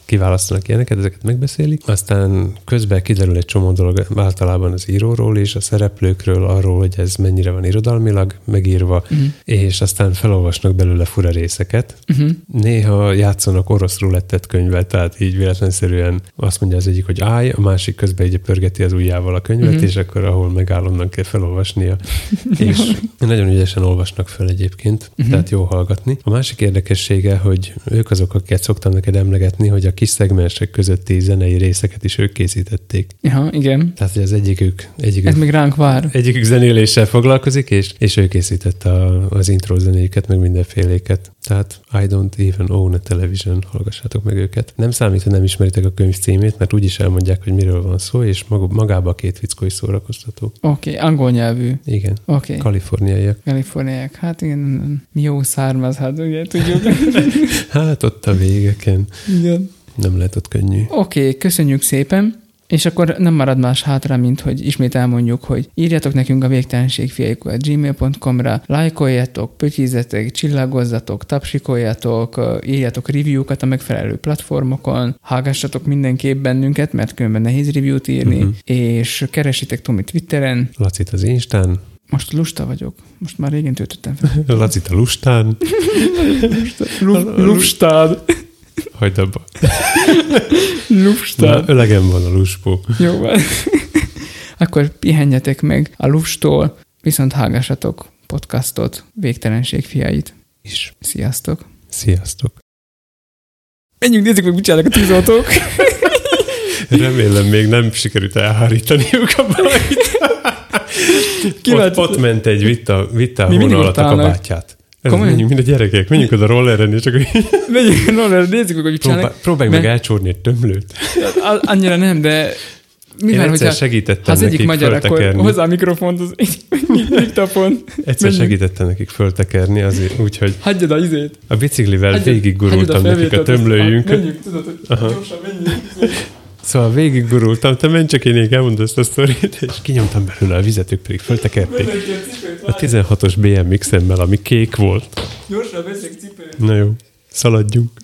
kiválasztanak ilyeneket, ezeket megbeszélik. Aztán közben kiderül egy csomó dolog általában az íróról és a szereplőkről, arról, hogy ez mennyire van irodalmilag megírva, uh-huh. és aztán felolvasnak belőle fura részeket. Uh-huh. Néha játszanak orosz rulettet könyvet, tehát így véletlenszerűen azt mondja az egyik, hogy állj, a másik közben így pörgeti az ujjával a könyvet, uh-huh. és akkor ahol megáll, onnan kell felolvasnia. És nagyon ügyesen olvasnak fel egyébként, uh-huh. tehát jó hallgatni. A másik érdekessége, hogy ők azok, akiket szoktam neked emlegetni, hogy a kis szegmensek közötti zenei részeket is ők készítették. Ja, igen. Tehát, hogy az egyikük... egyikük Ez még ránk vár. Egyikük zenéléssel foglalkozik, és, és ő készítette a, az intro zenéket, meg mindenféléket. Tehát I don't even own a television, hallgassátok meg őket. Nem számít, hogy nem ismeritek a könyv címét, mert úgyis elmondják, hogy miről van szó, és magába a két fickó is szórakoztató. Oké, okay, angol nyelvű. Igen. Oké. Okay. Kaliforniaiak. Kaliforniaiak. Hát igen, mi jó származhat, ugye, tudjuk. Hát ott a végeken. Igen. Nem lehet ott könnyű. Oké, okay, köszönjük szépen. És akkor nem marad más hátra, mint hogy ismét elmondjuk, hogy írjatok nekünk a végtelenségfiaik at gmail pont com-ra, lájkoljatok, pötyízzetek, csillagozzatok, tapsikoljatok, írjatok review-kat a megfelelő platformokon, hallgassatok mindenképp bennünket, mert különben nehéz review-t írni, uh-huh. és keresitek Tomi Twitteren. Lacit az Instán. Most lusta vagyok. Most már régen töltöttem fel. Lacit a Lustán. Lustán. Hagyd abba. Lustán. Na, ölegem van a luspó. Jó van. Akkor pihenjetek meg a lustól, viszont hallgassatok podcastot, Végtelenség fiait. Is. Sziasztok. Sziasztok. Menjünk, nézzük meg, mit csinálnak a tűzoltók. Remélem még nem sikerült elhárítaniuk a bajt. ott, ott ment egy, vitta, vitta a hóna alatt a kabátját. Menjünk, mind a gyerekek, menjünk oda rolleren, és csak... Menjünk rolleren, nézzük meg, hogy csinálnak. Próbálj, próbálj mert... meg elcsórni egy tömlőt. Annyira nem, de... Mivel, én egyszer segítettem az nekik egyik magyar, föltekerni. Akkor hozzá a mikrofont, az diktafon. Egyszer segítettem nekik föltekerni, azért úgyhogy... Hagyjad a izét. A biciklivel végiggurultam nekik a tömlőjünk. Menjünk, tudod, hogy gyorsan menjünk. Szóval végiggurultam, te menj csak, én még elmondod ezt a sztorit, és kinyomtam belőle a vizet, ők pedig föltekerték. A tizenhatos bé em iksz-emmel, ami kék volt. Gyorsan veszek cipőt. Na jó, szaladjunk.